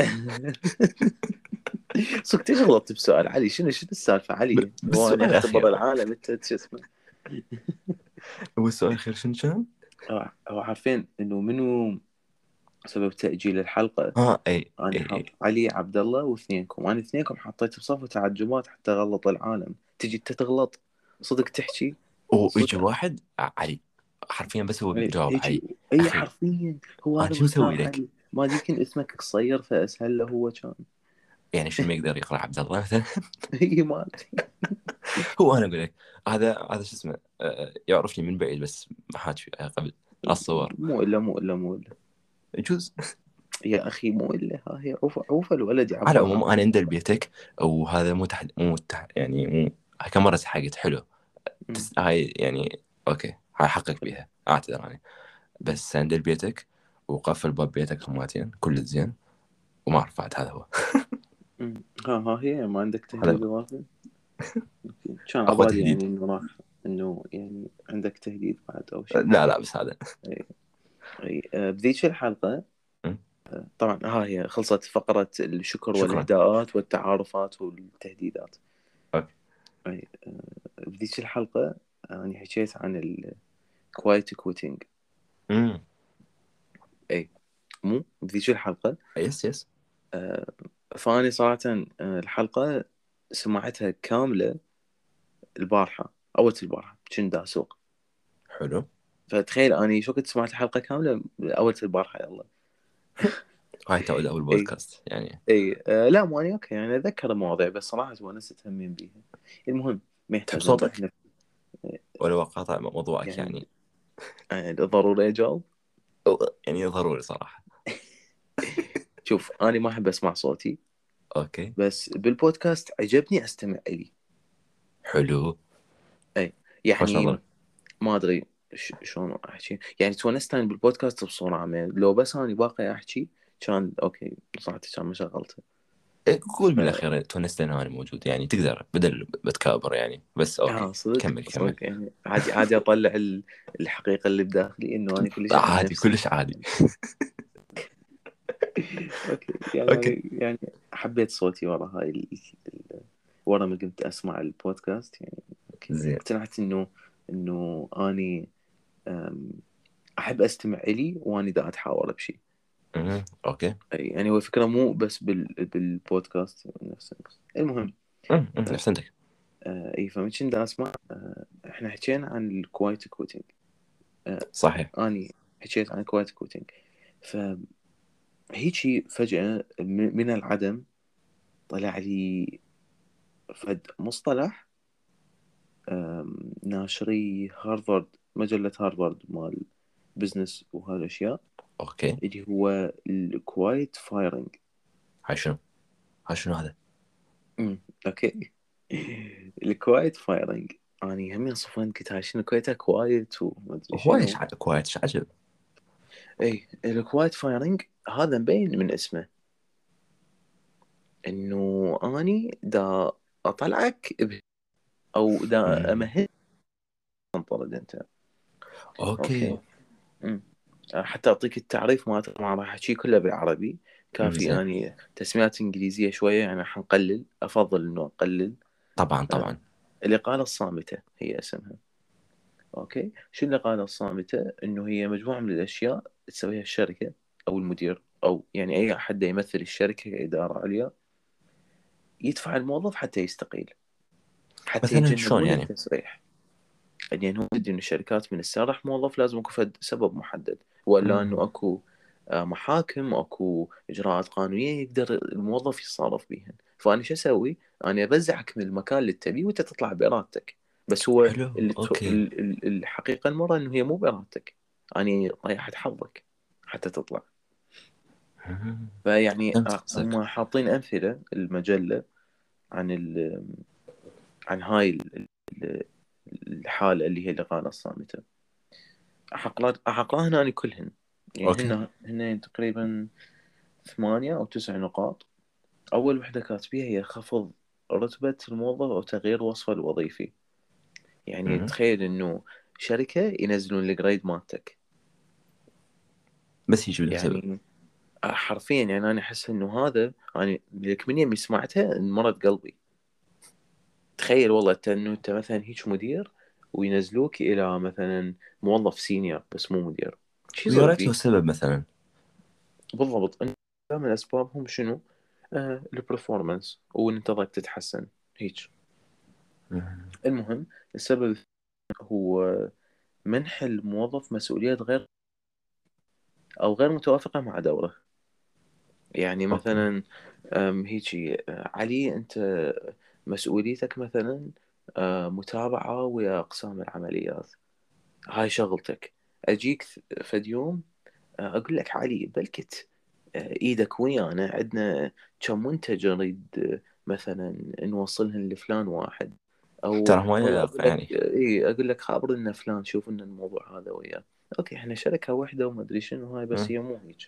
صدق ليش غلطت بسؤال علي؟ شنو شنو السالفة ب... علي؟ هو بالسؤال انا اختبر الاخير. العالم انت شو اسمه؟ هو السؤال الاخير شنو كان؟ هو هو عارفين انه منو سبب تأجيل الحلقة؟ اه اي انا اي اي. حاط علي عبد الله واثنينكم، انا اثنينكم حطيت بصف وتعجبات حتى غلط العالم، تجي انت تغلط؟ صدق تحكي؟ ويجي صدق. واحد ع- علي، حرفيا بس هو اي جاوب يجي. علي. اي اخي حرفيا هو انا انا شو مسوي مختار لك؟ علي، ما يمكن اسمك قصير فاسهل له هو كان. يعني شنو ما يقدر يقرا عبد الله مثلا؟ اي ما ادري. هو انا اقول لك، هذا هذا شو اسمه، آه، يعرفني من بعيد بس ما حاج قبل الصور. مو الا مو الا مو الا يجوز. يا اخي مو الا ها هي عوف عوف الولد على يعبر العموم عن انا عند نفسه. بيتك، وهذا مو تحت مو تحت يعني مو، هاي كم مره حقت حلو. أمم. تس... هاي يعني اوكي، هاي حقك بيها اعتذر يعني. بس عند بيتك وقفل باب بيتك هماتين كل زين. وما رفعت. هذا هو. أمم. ها ها هي ما عندك هذا تهديد إضافي؟ أوكي. كان أقوى عبالي تهديد. يعني إنه راح إنه يعني عندك تهديد بعد أو شيء. لا لا بس هذا. أي. أي. آه، بذيك الحلقة م? طبعا ها هي خلصت فقرة الشكر شكرا. والإهداءات والتعارفات والتهديدات. أوكي. أي. آه، بذيك الحلقة أنا حكيت عن الكوايت كويتنج. امم أي مو بذيك الحلقة. يس يس. آه، فاني صراحة آه، الحلقة سمعتها كاملة البارحة، أول البارحة كنت أسوق. حلو. فتخيل أني شو كنت سمعت الحلقة كاملة أول البارحة. يلا. هاي تعود أول أي. بودكاست يعني. أي. آه لا مو أني أوكي يعني أتذكر المواضيع بس صراحة ونست همين بيها. المهم ما تحب يحتاج إن صوتك إحنا ولا قاطع موضوعك يعني يعني؟ يعني ضروري أجاوب. أو- يعني ضروري صراحة. شوف أنا ما أحب أسمع صوتي أوكي. بس بالبودكاست عجبني أستمع إلي. حلو. أي خوش يعني نظر. ما أدري ش- شلون أحكي يعني تونست أنا بالبودكاست بصورة عامة. لو بس أنا باقي أحكي كان أوكي صراحة كان ما شغلته. إيه، قول ف... بالأخير تونست أنا أنا موجود يعني تقدر بدل بتكابر يعني بس أوكي. آه صدق كمل كمل. صدق يعني عادي عادي أطلع ال- الحقيقة اللي بداخلي إنه أنا كلش أحب عادي نفسي. كلش عادي. أوكي يعني أوكي. أنا يعني حبيت صوتي ورا هاي ال... ال... ورا ما قمت أسمع البودكاست يعني. أوكي زين. اقتنعت إنه إنه أني أم، أحب أستمع إلي وأني دا أتحاور بشي. أمم، أوكي. يعني هو فكرة مو بس بال... بالبودكاست نفسه. المهم أمم، أمم، نفس عندك. آه اي فمن كنت اسمع آه احنا حكينا عن الكوايت كوتينج. آه صحيح. اني حكيت عن الكوايت كوتينج. فهيجي فجأة م- من العدم طلع لي فد مصطلح. آم، ناشري هارفارد، مجلة هارفارد مال بزنس وهالاشياء، أوكي. اللي هو الكوايت فايرنج. هاي شنو؟ هاي شنو هذا؟ امم اوكي. الكوايت فايرنج اني هم صفن قلت هاي شنو كويتا كوايت وما ادري هو إيش شنو. عجب كويت إيش عجب؟ اي الكوايت فايرنج هذا مبين من اسمه انه اني دا اطلعك ب- او دا أمم، امهد تنطرد انت. أوكي. اوكي. امم حتى اعطيك التعريف ما ما راح احكي كله بالعربي. أمم، كافي زين. اني تسميات انجليزيه شويه يعني حنقلل، افضل انه اقلل. طبعا آه، طبعا. الإقالة الصامتة هي اسمها. أوكي شو الإقالة الصامتة؟ إنه هي مجموعة من الأشياء تسويها الشركة أو المدير أو يعني أي حد يمثل الشركة كإدارة عليا يدفع الموظف حتى يستقيل، حتى مثلا شلون يتجنبون يعني؟ التسريح. يعني هو يدري إن الشركات من تسرح موظف لازم يكون فد سبب محدد، ولا أمم، إنه أكو آه، محاكم أكو إجراءات قانونية يقدر الموظف يتصرف بيهن. فأنا شو أسوي؟ أنا أرزعك من المكان اللي تبيه وأنت تطلع بإرادتك. بس هو حلو. اللي ت- أوكي. ال- ال- الحقيقة المرة إنه هي مو بإرادتك، أنا طيحت حظك حتى تطلع. أمم، فيعني فهمت آه، قصدك. هم حاطين أمثلة المجلة عن ال عن هاي ال- ال- الحالة اللي هي الإقالة الصامتة. أحقلها أحقلها هنا أنا كلهن. يعني أوكي. هن هن تقريبا ثمانية أو تسع نقاط. أول وحدة كاتبيها هي خفض رتبة الموظف أو تغيير وصفه الوظيفي. يعني أمم، تخيل إنه شركة ينزلون الجريد مالتك. بس يجي بدون سبب. يعني حرفيا يعني أنا أحس إنه هذا يعني لك من يوم سمعتها انمرض قلبي. تخيل والله أنت إنه أنت مثلا هيك مدير وينزلوك إلى مثلا موظف سينيور بس مو مدير. شو ويا يصير ريت له فيك؟ سبب مثلا. بالضبط إن من أسبابهم شنو؟ آه البرفورمانس وإن أنت ضلك تتحسن هيك. أمم، المهم السبب هو منح الموظف مسؤوليات غير أو غير متوافقة مع دوره. يعني أوكي. مثلا أم، هيجي آه، علي أنت مسؤوليتك مثلا آه، متابعة ويا أقسام العمليات، هاي شغلتك. أجيك فد يوم آه، أقول لك علي بلكت آه، إيدك ويانا عندنا كم منتج نريد آه، مثلا نوصلهن لفلان واحد. أو ترى ما والله أقول ينفع لك يعني. إيه أقول لك خابر لنا فلان شوف لنا الموضوع هذا وياه. أوكي إحنا شركة واحدة وما أدري شنو هاي بس أمم، هي مو هيك.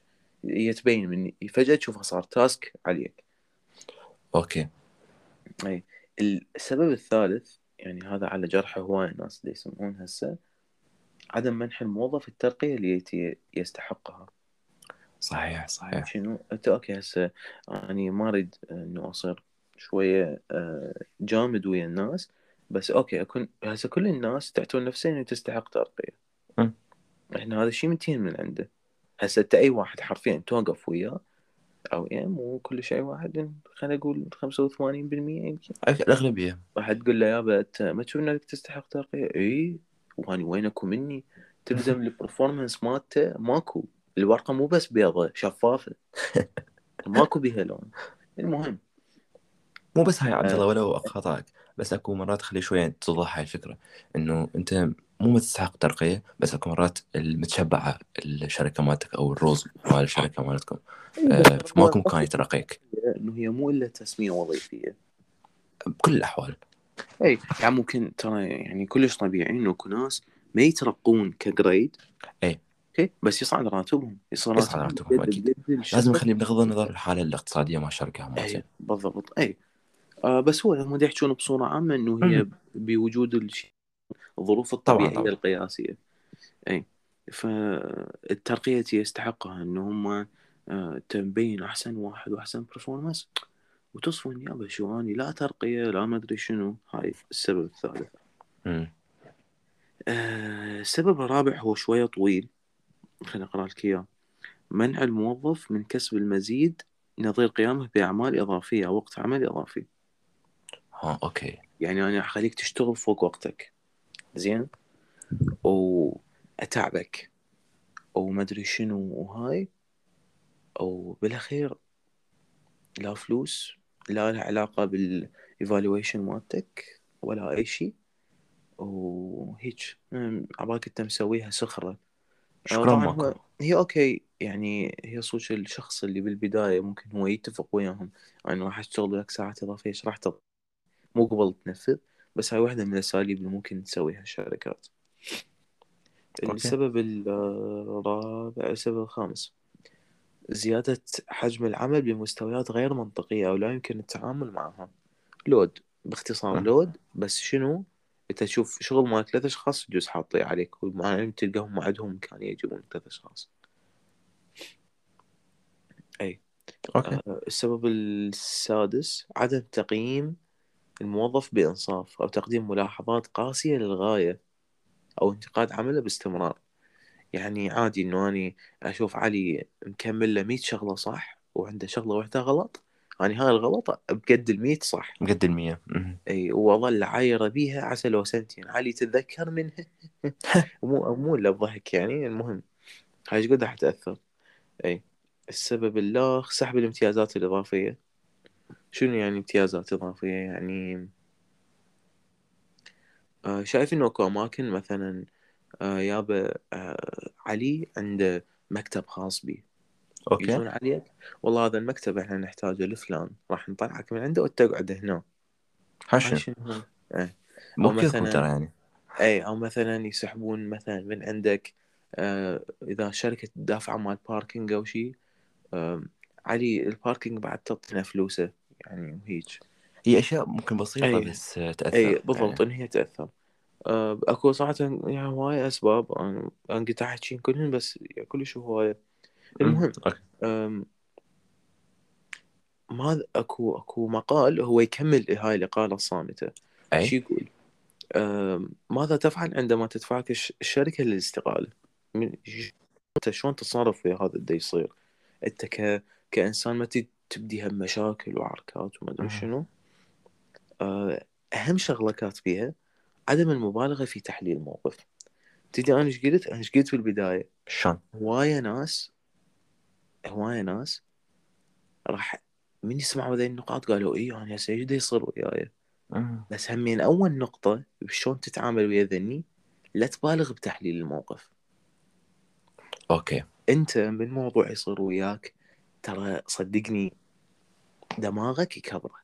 هي تبين من فجأة تشوفها صار تاسك عليك. اوكي. اي. السبب الثالث يعني هذا على جرح هواي الناس اللي يسمعون هسه، عدم منح الموظف الترقية اللي يتي- يستحقها. صحيح يعني صحيح. شنو انت اوكي هسه اني ما اريد انه اصير شوية آه، جامد ويا الناس، بس اوكي اكون هسه كل الناس تعتبر نفسها انه تستحق ترقية. أمم. احنا هذا الشيء منتهي من عنده. هسه انت اي واحد حرفيا توقف وياه، او يعني مو كل شيء واحد، خلينا نقول خمسة وثمانين بالمية يمكن، أك- الأغلبية. راح تقول له يابا انت ما تشوف انك تستحق ترقية؟ اي، واني وينكم مني؟ تلزم البرفورمانس مالته ماكو، الورقة مو بس بيضة شفافة، ماكو بيها لون. المهم مو بس هاي عبد آه الله، ولو خطأك، بس اكو مرات خلي شوية توضح هاي الفكرة، انه انت مو تستحق ترقية، بس اكو مرات المتشبعة الشركة مالتك او الروز مال الشركة مالتكم، اي بس آه، هو فماكو مكان القصد يترقيك انه هي مو الا تسمية وظيفية. بكل الاحوال. اي يعني ممكن ترى يعني كلش طبيعي انه اكو ناس ما يترقون كجريد، اي. اوكي، بس يصعد راتبهم، يصير يصعد راتبهم راتبهم بجد اكيد. بجد لازم الشغل. نخلي بغض النظر الحالة الاقتصادية مال الشركة اي مالتين. بالضبط. اي آه بس هو هم دا يحجون بصورة عامة انه هي أمم. بوجود الش- الظروف طبعا الطبيعية طبعا. القياسية. اي. فالترقية يستحقها انه هم آه، تبين احسن واحد واحسن برفورمانس، وتصفن يابا شو اني لا ترقية لا ما ادري شنو. هاي السبب الثالث. أمم. آه السبب الرابع هو شوية طويل، خليني اقرا لك اياه. منع الموظف من كسب المزيد نظير قيامه بأعمال إضافية أو وقت عمل إضافي. ها اوكي. يعني أنا أخليك تشتغل فوق وقتك، زين، وأتعبك وما أدري شنو وهاي، أو بالأخير لا فلوس، لا له علاقة بالإيفالويشن مالتك ولا أي شيء، وهيك أمم، عبالك أنت مسويها سخرة. آه، شكرا طبعا ماكو. هو هي اوكي يعني هي صوت الشخص اللي بالبداية ممكن هو يتفق وياهم، يعني راح اشتغل لك ساعات اضافية، ايش راح تط... مو قبل تنفذ. بس هاي واحدة من الاساليب اللي ممكن تسويها الشركات. اوكي. السبب الرابع، السبب الخامس، زيادة حجم العمل بمستويات غير منطقية أو لا يمكن التعامل معها. لود، باختصار أمم. لود، بس شنو؟ انت تشوف شغل مال ثلاث اشخاص يجوز حاطيه عليك، ومع تلقاهم ما عندهم امكانيه يجيبون ثلاث اشخاص. اي. اوكي. آه، السبب السادس، عدم تقييم الموظف بإنصاف أو تقديم ملاحظات قاسية للغاية أو انتقاد عمله باستمرار. يعني عادي إنه أني أشوف علي مكمل له مية شغلة صح وعنده شغلة واحدة غلط، يعني هاي الغلط بقد الميت صح. بقد المية. أمم. أي، وأظل عايرة بيها عسى لو سنتين علي تتذكر منها. مو مو إلا بضحك يعني. المهم هاي إيش قد راح تأثر. أي. السبب الآخر، سحب الامتيازات الإضافية. شنو يعني امتيازات إضافية؟ يعني آه، شايف إنه أكو أماكن مثلا آه، يابا آه، علي عنده مكتب خاص به، اوكي. يجون عليك والله هذا المكتب احنا نحتاجه لفلان، راح نطلعك من عنده وتقعد هنا. هاي حشو. شنو هو؟ ايه. مو او كلكم مثلا، ترى يعني. اي، او مثلا يسحبون مثلا من عندك آه اذا شركة تدافع مال باركينج او شيء، آه علي الباركينج بعد تعطينا فلوسه يعني وهيج. هي اشياء ممكن بسيطة اي. بس اي تأثر بالضبط يعني. ان هي تأثر. آه، اكو صراحة يعني هواية اسباب، انا انا قلت احكي كلهن بس يعني كلش هواية. أمم. المهم اوكي. آم، ما اكو اكو مقال هو يكمل هاي الإقالة الصامتة. اي. شو يقول؟ آم، ماذا تفعل عندما تدفعك الش- الشركة للاستقالة؟ من ش- انت شلون تتصرف في هذا اللي يصير؟ انت ك... كإنسان ما ت- تبديها بمشاكل وعركات وما ادري أمم. شنو. آه، اهم شغلة كاتبيها عدم المبالغة في تحليل الموقف. تدري انا ايش قلت؟ انا ايش قلت في البداية؟ شلون؟ هواية ناس هواية ناس راح من يسمعوا ذي النقاط قالوا ايه انا هسه ايش دا يصير وياي. أمم. بس همين اول نقطة شلون تتعامل ويا ذني، لا تبالغ بتحليل الموقف. اوكي. انت من موضوع يصير وياك ترى صدقني دماغك يكبره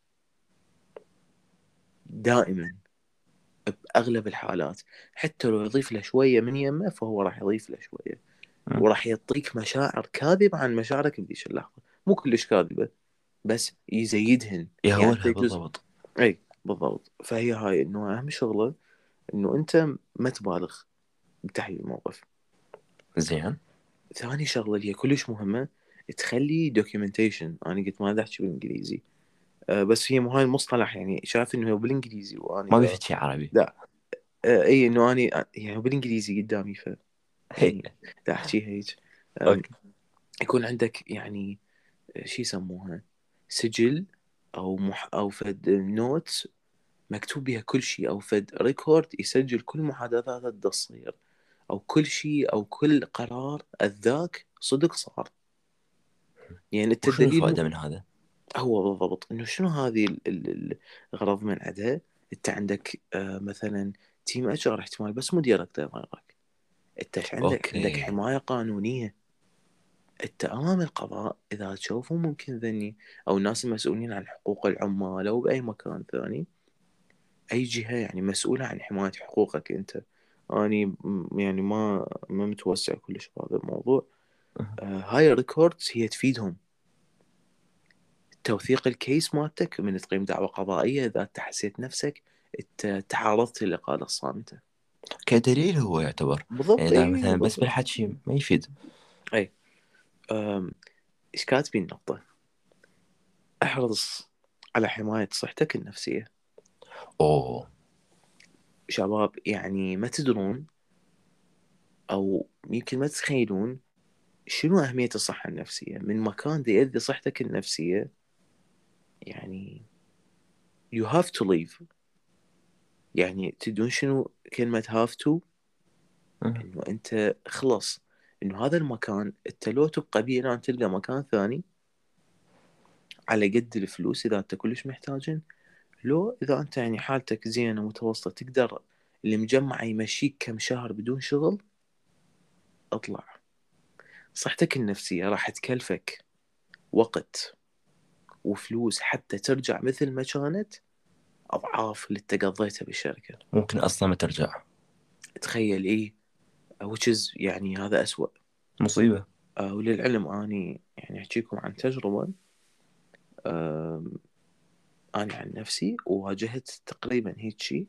دائما، بأغلب الحالات. حتى لو يضيف له شوية من يمه فهو راح يضيف له شوية. مم. وراح يعطيك مشاعر كاذبة عن مشاعرك بذيك اللحظة، مو كلش كاذبة بس يزيدهن، يعني يهولها انت جزء. بالضبط. اي بالضبط. فهي هاي انه اهم شغله انه انت ما تبالغ بتحليل الموقف. زين. ثاني شغله اللي هي كلش مهمه، تخلي دوكيومنتيشن. انا قلت ما دا احكي بالانجليزي، أه بس هي مو هاي المصطلح، يعني شايف انه هو بالانجليزي وانا ما دا بيفت شي عربي. لا. أه اي انه اني يعني هو بالانجليزي قدامي، ف هي. يعني دا احكيها هيك. أم، اوكي. يكون عندك يعني أه، شو يسموها، سجل او مح او فد نوتس مكتوب بها كل شيء، او فد ريكورد يسجل كل محادثات اللي تصير، او كل شيء او كل قرار الذاك صدق صار. يعني انت وشنو الدليل الفائدة مو من هذا؟ هو بالضبط انه شنو هذه ال- ال- ال- الغرض من عندها. انت عندك آه مثلا تيم اتش ار احتمال بس مديرك ده يغيرك، انت ايش عندك عندك اوكي. حماية قانونية. انت امام القضاء اذا تشوفوا ممكن ذني، او الناس المسؤولين عن حقوق العمال او باي مكان ثاني، اي جهة يعني مسؤولة عن حماية حقوقك انت. اني م- يعني ما ما متوسع كلش بهذا الموضوع. أه. آه هاي الريكوردز هي تفيدهم توثيق الكيس مالتك من تقيم دعوى قضائية إذا أنت حسيت نفسك ت- تعرضت للإقالة الصامتة. كدليل هو يعتبر. يعني بالضبط، إذا أي مثلا بس بالضبط. بالحكي ما يفيد. أي أم، إيش كاتبين نقطة، احرص على حماية صحتك النفسية. اوه. شباب يعني ما تدرون، أو يمكن ما تتخيلون شنو أهمية الصحة النفسية من مكان دي يؤذي صحتك النفسية. يعني you have to leave. يعني تدرون شنو كلمة have to؟ أه. انه انت خلص، انه هذا المكان انت لو تبقى بيه الان تلقى مكان ثاني على قد الفلوس اذا انت كلش محتاجين، لو اذا انت يعني حالتك زينة متوسطة تقدر اللي مجمع يمشيك كم شهر بدون شغل، اطلع. صحتك النفسية راح تكلفك وقت وفلوس حتى ترجع مثل ما كانت اضعاف اللي انت قضيتها بالشركة. ممكن اصلا ما ترجع. تخيل ايه، which is يعني هذا أسوأ. مصيبة. آه وللعلم اني يعني احكيكم عن تجربة. آه أنا عن نفسي واجهت تقريبا هيك شيء،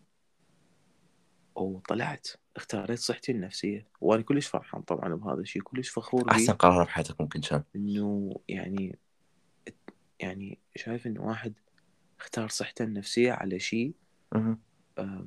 وطلعت اختاريت صحتي النفسية، وأنا كلش فرحان طبعا بهذا الشيء، كلش فخور احسن به. قرار بحياتك ممكن كان. إنه يعني يعني شايف إنه واحد اختار صحته النفسية على شيء. أه. أم،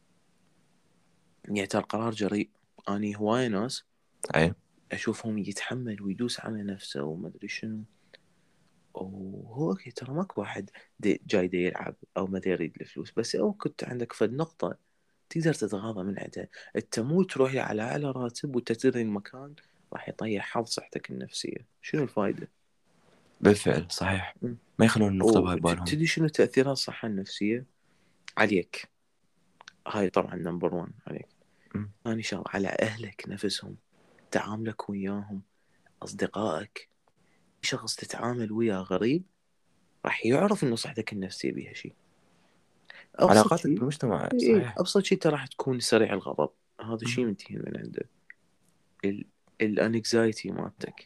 يعني ترى قرار جريء. أني هواية ناس اي. أشوفهم يتحمل ويدوس على نفسه وما أدري شنو، وهو كي ترى ماكو واحد دي جاي دي يلعب أو ما دي يريد الفلوس، بس أو كنت عندك فد نقطة تقدر تتغاضى من عندها. انت مو تروح على اعلى راتب وتدري المكان راح يطيح حظ صحتك النفسية، شنو الفائدة؟ بالفعل صحيح. مم. ما يخلون النقطة بهاي بالهم. وتدري شنو تأثيرات الصحة النفسية عليك؟ هاي طبعا نمبر وان عليك. مم. ثاني شغله على أهلك نفسهم، تعاملك وياهم، أصدقائك. شخص تتعامل وياه غريب راح يعرف إنه صحتك النفسية بيها شيء. أبسط علاقاتك شيء، بالمجتمع إيه صحيح. أبسط شيء أنت راح تكون سريع الغضب، هذا الشيء مم. منتهي من عنده. ال الانكزايتي مالتك،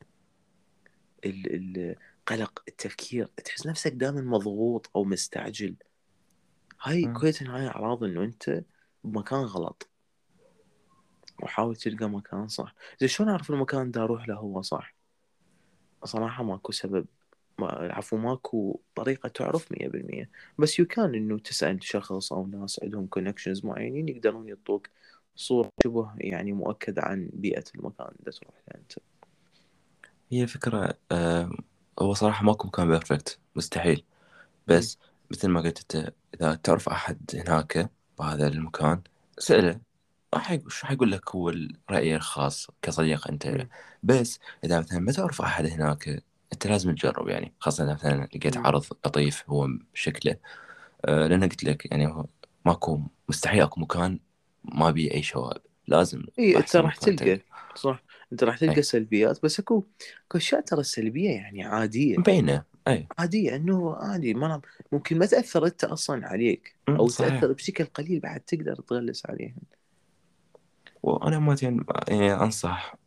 ال- القلق، التفكير، تحس نفسك دائما مضغوط او مستعجل. هاي مم. كويس هاي اعراض انه انت بمكان غلط، وحاول تلقى مكان صح. زي شلون اعرف المكان دا اروح له هو صح؟ صراحة ماكو سبب، ما العفو ماكو طريقة تعرف مية بالمية، بس يو كان انه تسأل شخص او ناس عندهم كونكشنز معينين يقدرون يعطوك صورة شبه يعني مؤكدة عن بيئة المكان اللي تروح له انت. هي فكرة آه هو صراحة ماكو مكان بيرفكت مستحيل. مم. بس مثل ما قلت انت، اذا تعرف احد هناك بهذا المكان سأله، راح يقول شو حيقول لك هو الرأي الخاص كصديق انت له. مم. بس اذا مثلا ما تعرف احد هناك، انت لازم تجرب يعني، خاصة اذا مثلا لقيت مم. عرض لطيف هو شكله. آه لان قلت لك يعني هو ماكو مستحيل اكو مكان ما بيه اي شواب، لازم اي انت باحسن راح مكان تلقى، تلقى. صح، انت راح تلقى اي. سلبيات، بس اكو اكو اشياء ترى السلبيه يعني عاديه. مبينة. اي. عاديه انه عادي، ما ممكن ما تاثر انت اصلا عليك، أمم، او صحيح. تاثر بشكل قليل بعد تقدر تغلس عليها. وانا ما يعني انصح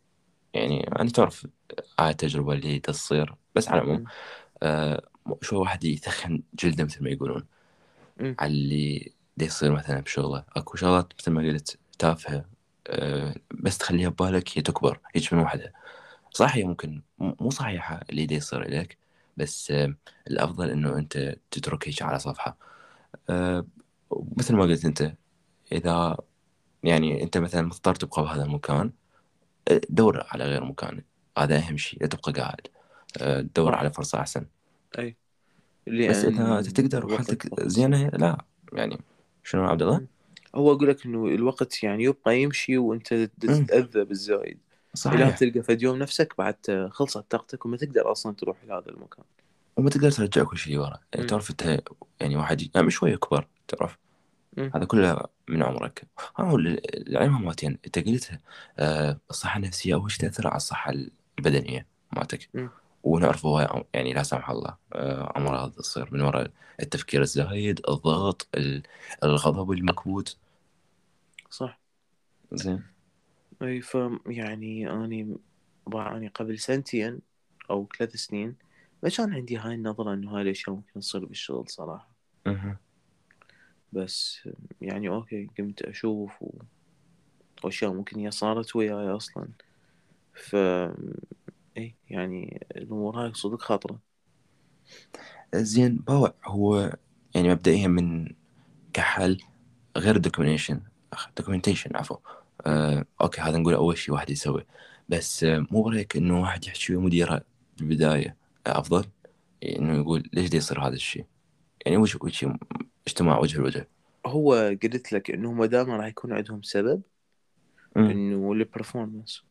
يعني أنا تعرف هاي التجربة اللي تصير، بس على العموم مم. آه شو واحد يثخن جلده مثل ما يقولون مم. على اللي دي يصير مثلا بشغله. اكو شغلات مثل ما قلت تافهة، آه بس تخليها ببالك هي تكبر هيك من وحدها. صح هي ممكن م- مو صحيحة اللي دي يصير إليك، بس آه الأفضل إنه أنت تترك هيك على صفحة. آه مثل ما قلت أنت، إذا يعني أنت مثلا مضطر تبقى بهذا المكان، آه، دور على غير مكان. هذا أهم شيء، لا تبقى قاعد. آه، دور صح. على فرصة أحسن. أي. بس إذا لأن أنت تقدر الوقت وحالتك فقط. زينة، لا يعني. شنو عبد الله؟ مم. هو أقول لك إنه الوقت يعني يبقى يمشي وأنت امم تتأذى بالزايد، إلى صحيح. تلقى فد يوم نفسك بعد خلصت طاقتك وما تقدر أصلا تروح لهذا المكان. وما تقدر ترجع كل شيء ورا، يعني مم. تعرف أنت، يعني واحد ي- يعني شوي يكبر تعرف. مم. هذا كله من عمرك. ها هو ال- العلم مالتين أنت قلتها. آه الصحة النفسية أول شيء تأثر على الصحة البدنية مالتك. مم. ونعرف هو يعني لا سمح الله آه أمراض تصير من وراء التفكير الزايد، الضغط، ال- الغضب المكبوت. صح. زين. أي ف يعني أني أني قبل سنتين أو ثلاث سنين ما كان عندي هاي النظرة إنه هاي الأشياء ممكن تصير بالشغل صراحة. مهم. بس يعني أوكي قمت أشوف و- وأشياء ممكن هي صارت وياي أصلا. ف إيه يعني الأمور هاي صدق خطرة. زين باوع هو يعني مبدئيا من كحل غير الدوكيومنتيشن، دوكيومنتيشن عفوا. مم. آه، اوكي هذا نقول اول شيء واحد يسوي. بس آه، مو بريك انه واحد يحكي ويا مديره بالبدايه آه، افضل. انه يقول ليش دي يصير هذا الشيء، يعني وجه وجه اجتماع وجه لوجه. هو قلت لك إنه ما دام راح يكون عندهم سبب امم إنه البرفورمانس.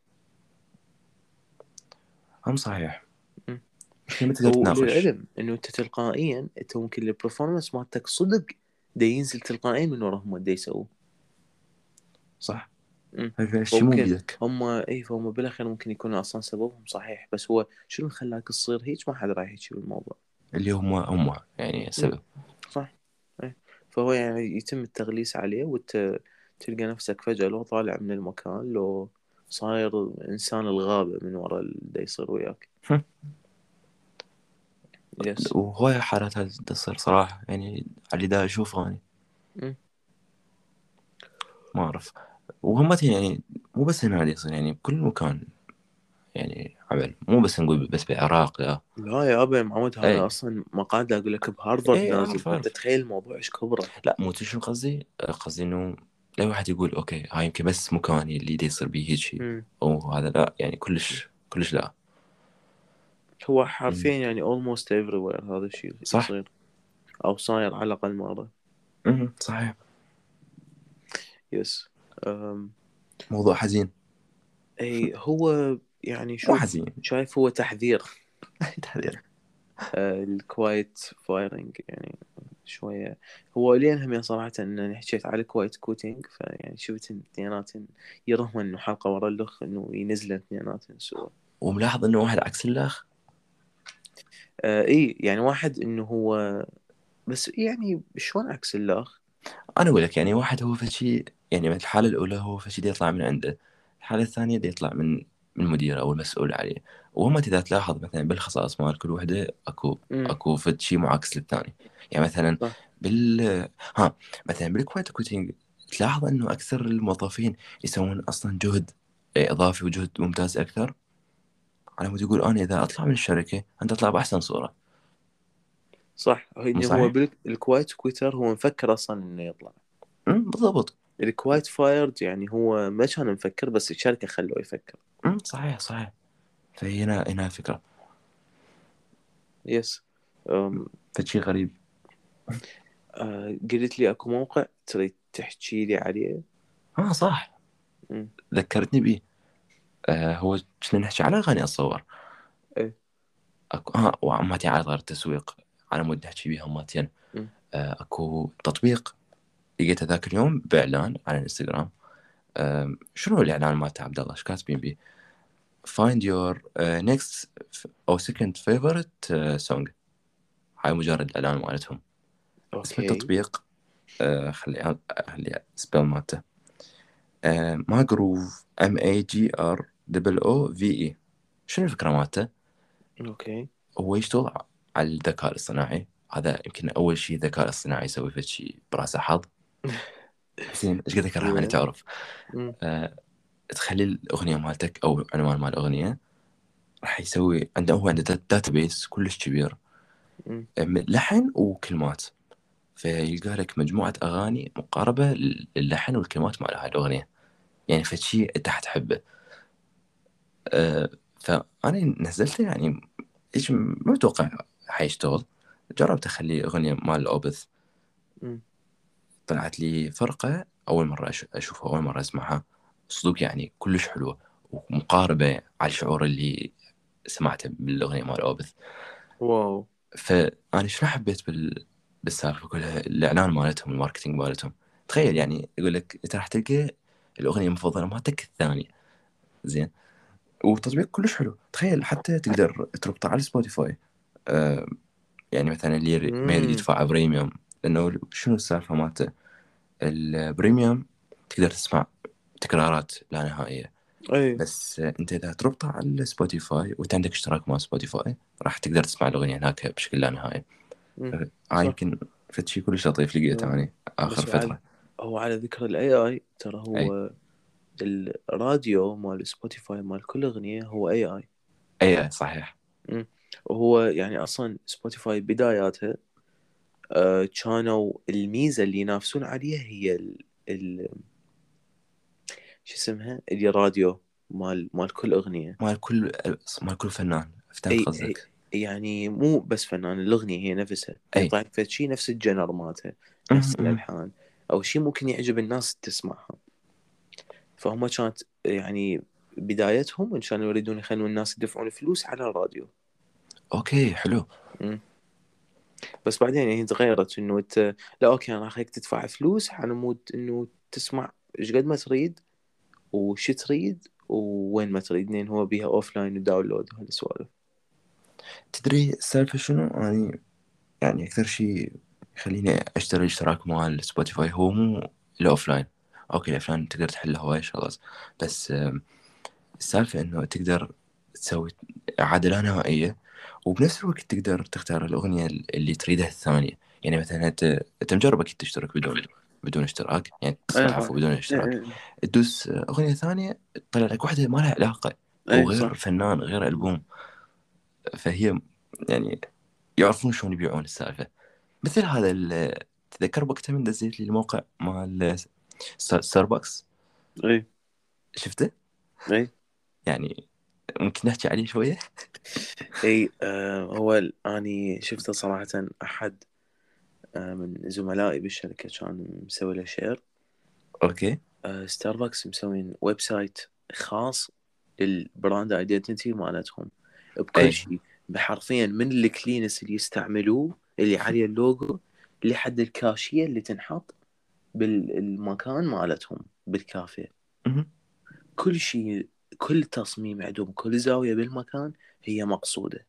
هم صحيح. مشكلة ما تقدر تناقش. وللعلم إنه أنت تلقائيا أنت ممكن البرفورمانس مالتك صدق دا ينزل تلقائيا من ورا هم دا يسووا. صح. مم. هذا الشيء مو فممكن بيدك. هم اي فهم بالاخير ممكن يكونوا اصلا سببهم صحيح، بس هو شنو اللي خلاك تصير هيك ما حد راح يحكي بالموضوع. اللي هم هم يعني مم. السبب. صح. اي. فهو يعني يتم التغليس عليه وانت تلقى نفسك فجأة لو طالع من المكان لو صاير انسان الغابة من وراء اللي يصير وياك. يس. وهواي حالات هذه تصير صراحة، يعني على اللي دا أشوفه أنا. مم. ما أعرف. وهم يعني مو بس هنا اللي يصير، يعني بكل مكان. يعني عمل مو بس نقول بس بالعراق لا. لا يا ابا معود هذا اي اصلا مقاله اقول لك بهارفارد اي نازل، اعرف فانت اعرف. تخيل الموضوع ايش كبره. لا مو تدري شنو قصدي، قصدي انه لا واحد يقول اوكي هاي يمكن بس مكاني اللي دي يصير بيه هيك شيء، مم. او هذا لا، يعني كلش كلش لا. هو مم. حرفيا يعني almost everywhere هذا الشيء صح. يصير او صاير على الاقل مره. مم. صحيح. يس. أم. موضوع حزين. اي هو يعني مو شوف حزين. شايف هو تحذير. تحذير. الكوايت فايرنج يعني شوية. هو لين هم صراحة ان أنا حكيت على الكوايت كوتينج فيعني شفت إن اثنيناتن يرهم انه حلقة ورا الاخ انه ينزلن اثنيناتن سوا. وملاحظ انه واحد عكس الاخ. آه اي يعني واحد انه هو بس يعني شلون عكس الاخ. انا اقول لك يعني واحد هو فشي، يعني من الحالة الاولى هو فشي دي يطلع من عنده، الحالة الثانية دي يطلع من من المدير او المسؤول عليه. وهم اذا تلاحظ مثلا بالخصائص مال كل وحدة اكو امم. اكو فد شي معاكس للثاني. يعني مثلا صح. بال ها مثلا بالكويت كويتنج تلاحظ انه اكثر الموظفين يسوون اصلا جهد اضافي وجهد ممتاز اكثر، على مود يقول انا اذا اطلع من الشركة انت اطلع باحسن صورة. صح مو انه هو صحيح؟ بالكوايت كويتر هو مفكر اصلا انه يطلع. أمم، بالضبط. الكوايت فايرد يعني هو ما كان مفكر بس الشركة خلوه يفكر. أمم، صحيح صحيح. فهي هنا هنا الفكرة. يس. أم. فشي غريب. آه قلت لي اكو موقع تريد تحكي لي عليه. اه صح، امم. ذكرتني بيه. آه هو كنا نحكي على أغاني أتصور. ايه. أكو ها وعماتي على غير التسويق، على مود نحكي بيها ماتين. امم. آه أكو تطبيق لقيته ذاك اليوم بإعلان على الانستغرام. آه شنو الإعلان مالته عبد الله، ايش كاتبين بيه؟ find your uh, next أو second favorite uh, song. هاي مجرد إعلان مالتهم. اسم اوكي. التطبيق آه خلي خلي سبيل مالته آه ما جروف ام اي جي ار دبل او في اي. شنو الفكره مالته؟ اوكي. هو يشتغل على الذكاء الاصطناعي. هذا يمكن اول شيء الذكاء الاصطناعي يسوي فد شيء براسه حظ. زين ايش قد اكرهها انا زين. تعرف؟ مم. أه تخلي الاغنيه مالتك او عنوان مال الاغنيه، راح يسوي عنده هو عنده داتابيس كلش كبير، مم. من لحن وكلمات، فيلقى لك مجموعة أغاني مقاربة للحن والكلمات مال هاي الأغنية. يعني فشي أنت حتحبه. أه فأنا نزلته يعني إيش ما متوقع حيشتغل. جربت أخلي أغنية مال أوبث، مم. طلعت لي فرقة أول مرة أش- أشوفها، أول مرة أسمعها. صدق يعني كلش حلوة ومقاربة على الشعور اللي سمعته بالأغنية مال أوبث. واو. فأنا شنو حبيت بال... بالسالفة كلها؟ الإعلان مالتهم، الماركتينج مالتهم. تخيل يعني يقول لك أنت راح تلقى الأغنية المفضلة مالتك الثانية. زين. وتطبيق كلش حلو. تخيل حتى تقدر تربطه على سبوتيفاي. آه يعني مثلا اللي ير- ما يريد مم. يدفع بريميوم، لأنه شنو السالفة مالته؟ البريميوم تقدر تسمع تكرارات لا نهائية. اي. بس آه، أنت إذا تربطه على سبوتيفاي وأنت عندك اشتراك مع سبوتيفاي، راح تقدر تسمع الأغنية هناك بشكل لا نهائي. مم. آه صح. يمكن فد شي كلش لطيف لقيته آه. يعني آخر بس هو على فترة. هو على ذكر الاي اي، ترى أي هو الراديو مال سبوتيفاي مال كل اغنيه هو اي اي. أي صحيح. وهو يعني اصلا سبوتيفاي بداياتها آه كانوا الميزه اللي ينافسون عليها هي ال... ال... شو اسمها اللي راديو مال مال كل اغنيه. مال كل مال كل فنان، فهمت اي هي قصدك. يعني مو بس فنان، الاغنيه هي نفسها أي. يعطيك فد شيء نفس الجنر مالتها، أمم، نفس أمم. الالحان، او شيء ممكن يعجب الناس تسمعها. فهم كانت يعني بدايتهم ان كانوا يريدون يخلون الناس يدفعون فلوس على الراديو. أوكي حلو. مم. بس بعدين يعني تغيرت انه انت لا اوكي انا اخليك تدفع فلوس على مود انه تسمع ايش قد ما تريد وش تريد ووين ما تريد، لان هو بيها اوف لاين وداونلود وهالسوالف. تدري السالفة شنو؟ يعني يعني أكثر شيء يخليني أشتري اشتراك مال سبوتيفاي هو مو الأوفلاين. أوكي الأوفلاين تقدر تحل هواي شغلات، بس آم، السالفة إنه تقدر تسوي إعادة لا نهائية، وبنفس الوقت تقدر تختار الأغنية اللي تريدها الثانية. يعني مثلا أنت أنت مجرب أكيد تشترك بدون بدون اشتراك، يعني اي تسمع طبعا. عفوا بدون اي اشتراك. اي تدوس أغنية ثانية تطلع لك واحدة ما لها علاقة، اي وغير صح. فنان غير ألبوم. فهي يعني يعرفون شلون يبيعون السالفة. مثل هذا ال- تذكر وقتها من دزيت لي الموقع مال ستار- ستاربكس. اي شفته؟ اي يعني ممكن نحكي عليه شوية. اي آه هو ال- اني شفته صراحة. احد آه من زملائي بالشركة كان مسوي له شير. أوكي. آه ستاربكس مسوين ويب سايت خاص للبراند ايدنتيتي مالتهم بكل أي. شيء، بحرفيا من الكلينس اللي يستعملوه اللي عليه اللوجو لحد الكاشية اللي تنحط بالمكان مالتهم بالكافيه. مهم. كل شيء، كل تصميم عندهم، كل زاوية بالمكان هي مقصودة.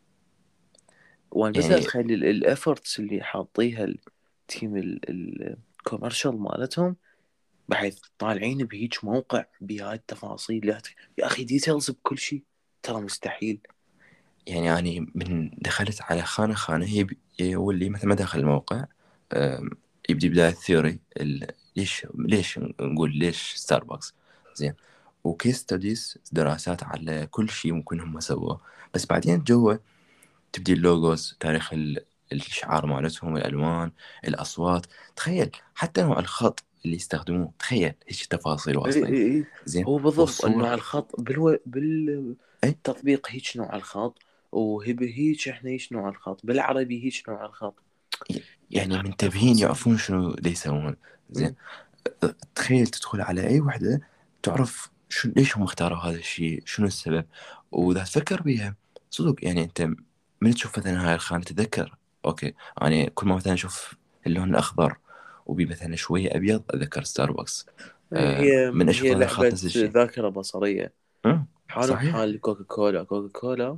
وانا بس يعني اتخيل الافورتس اللي حاطيها التيم الكوميرشال مالتهم، بحيث طالعين بهيج موقع بهاي التفاصيل. يا أخي يا أخي ديتيلز بكل شيء، ترى مستحيل. يعني أنا من دخلت على خانة خانة هي ب- هو اللي مثل ما دخل الموقع، أم، يبدي بداية ثيوري ال- ليش ليش نقول ليش ستاربكس. زين. وكيس ستاديز دراسات على كل شيء ممكن هم سووه. بس بعدين جوا تبدي اللوجوز، تاريخ ال- الشعار مالتهم، الألوان، الأصوات. تخيل حتى نوع الخط اللي يستخدموه، تخيل ايش التفاصيل اي واصلين. اي اي زين. هو بالضبط النوع والصور. الخط بالو... اي بالتطبيق هيج نوع الخط، وهب هيج احنا هيج نوع الخط بالعربي هيج نوع الخط. يعني يعني هاي منتبهين التفاصيل. يعرفون شنو دا يسوون. زين. مم. تخيل تدخل على أي وحدة تعرف شو ليش هم اختاروا هذا الشيء، شنو السبب. مم. وإذا تفكر بيها صدق، يعني أنت من تشوف مثلا هاي الخانة تتذكر. أوكي يعني كل ما مثلا أشوف اللون الأخضر وبي مثلا شوية أبيض أتذكر ستاربكس. إي، آه هي من أشوف هي هذا الخط لعبة نفس الشيء. ذاكرة بصرية. أمم، حالهم صحيح. حال كوكا كولا. كوكا كولا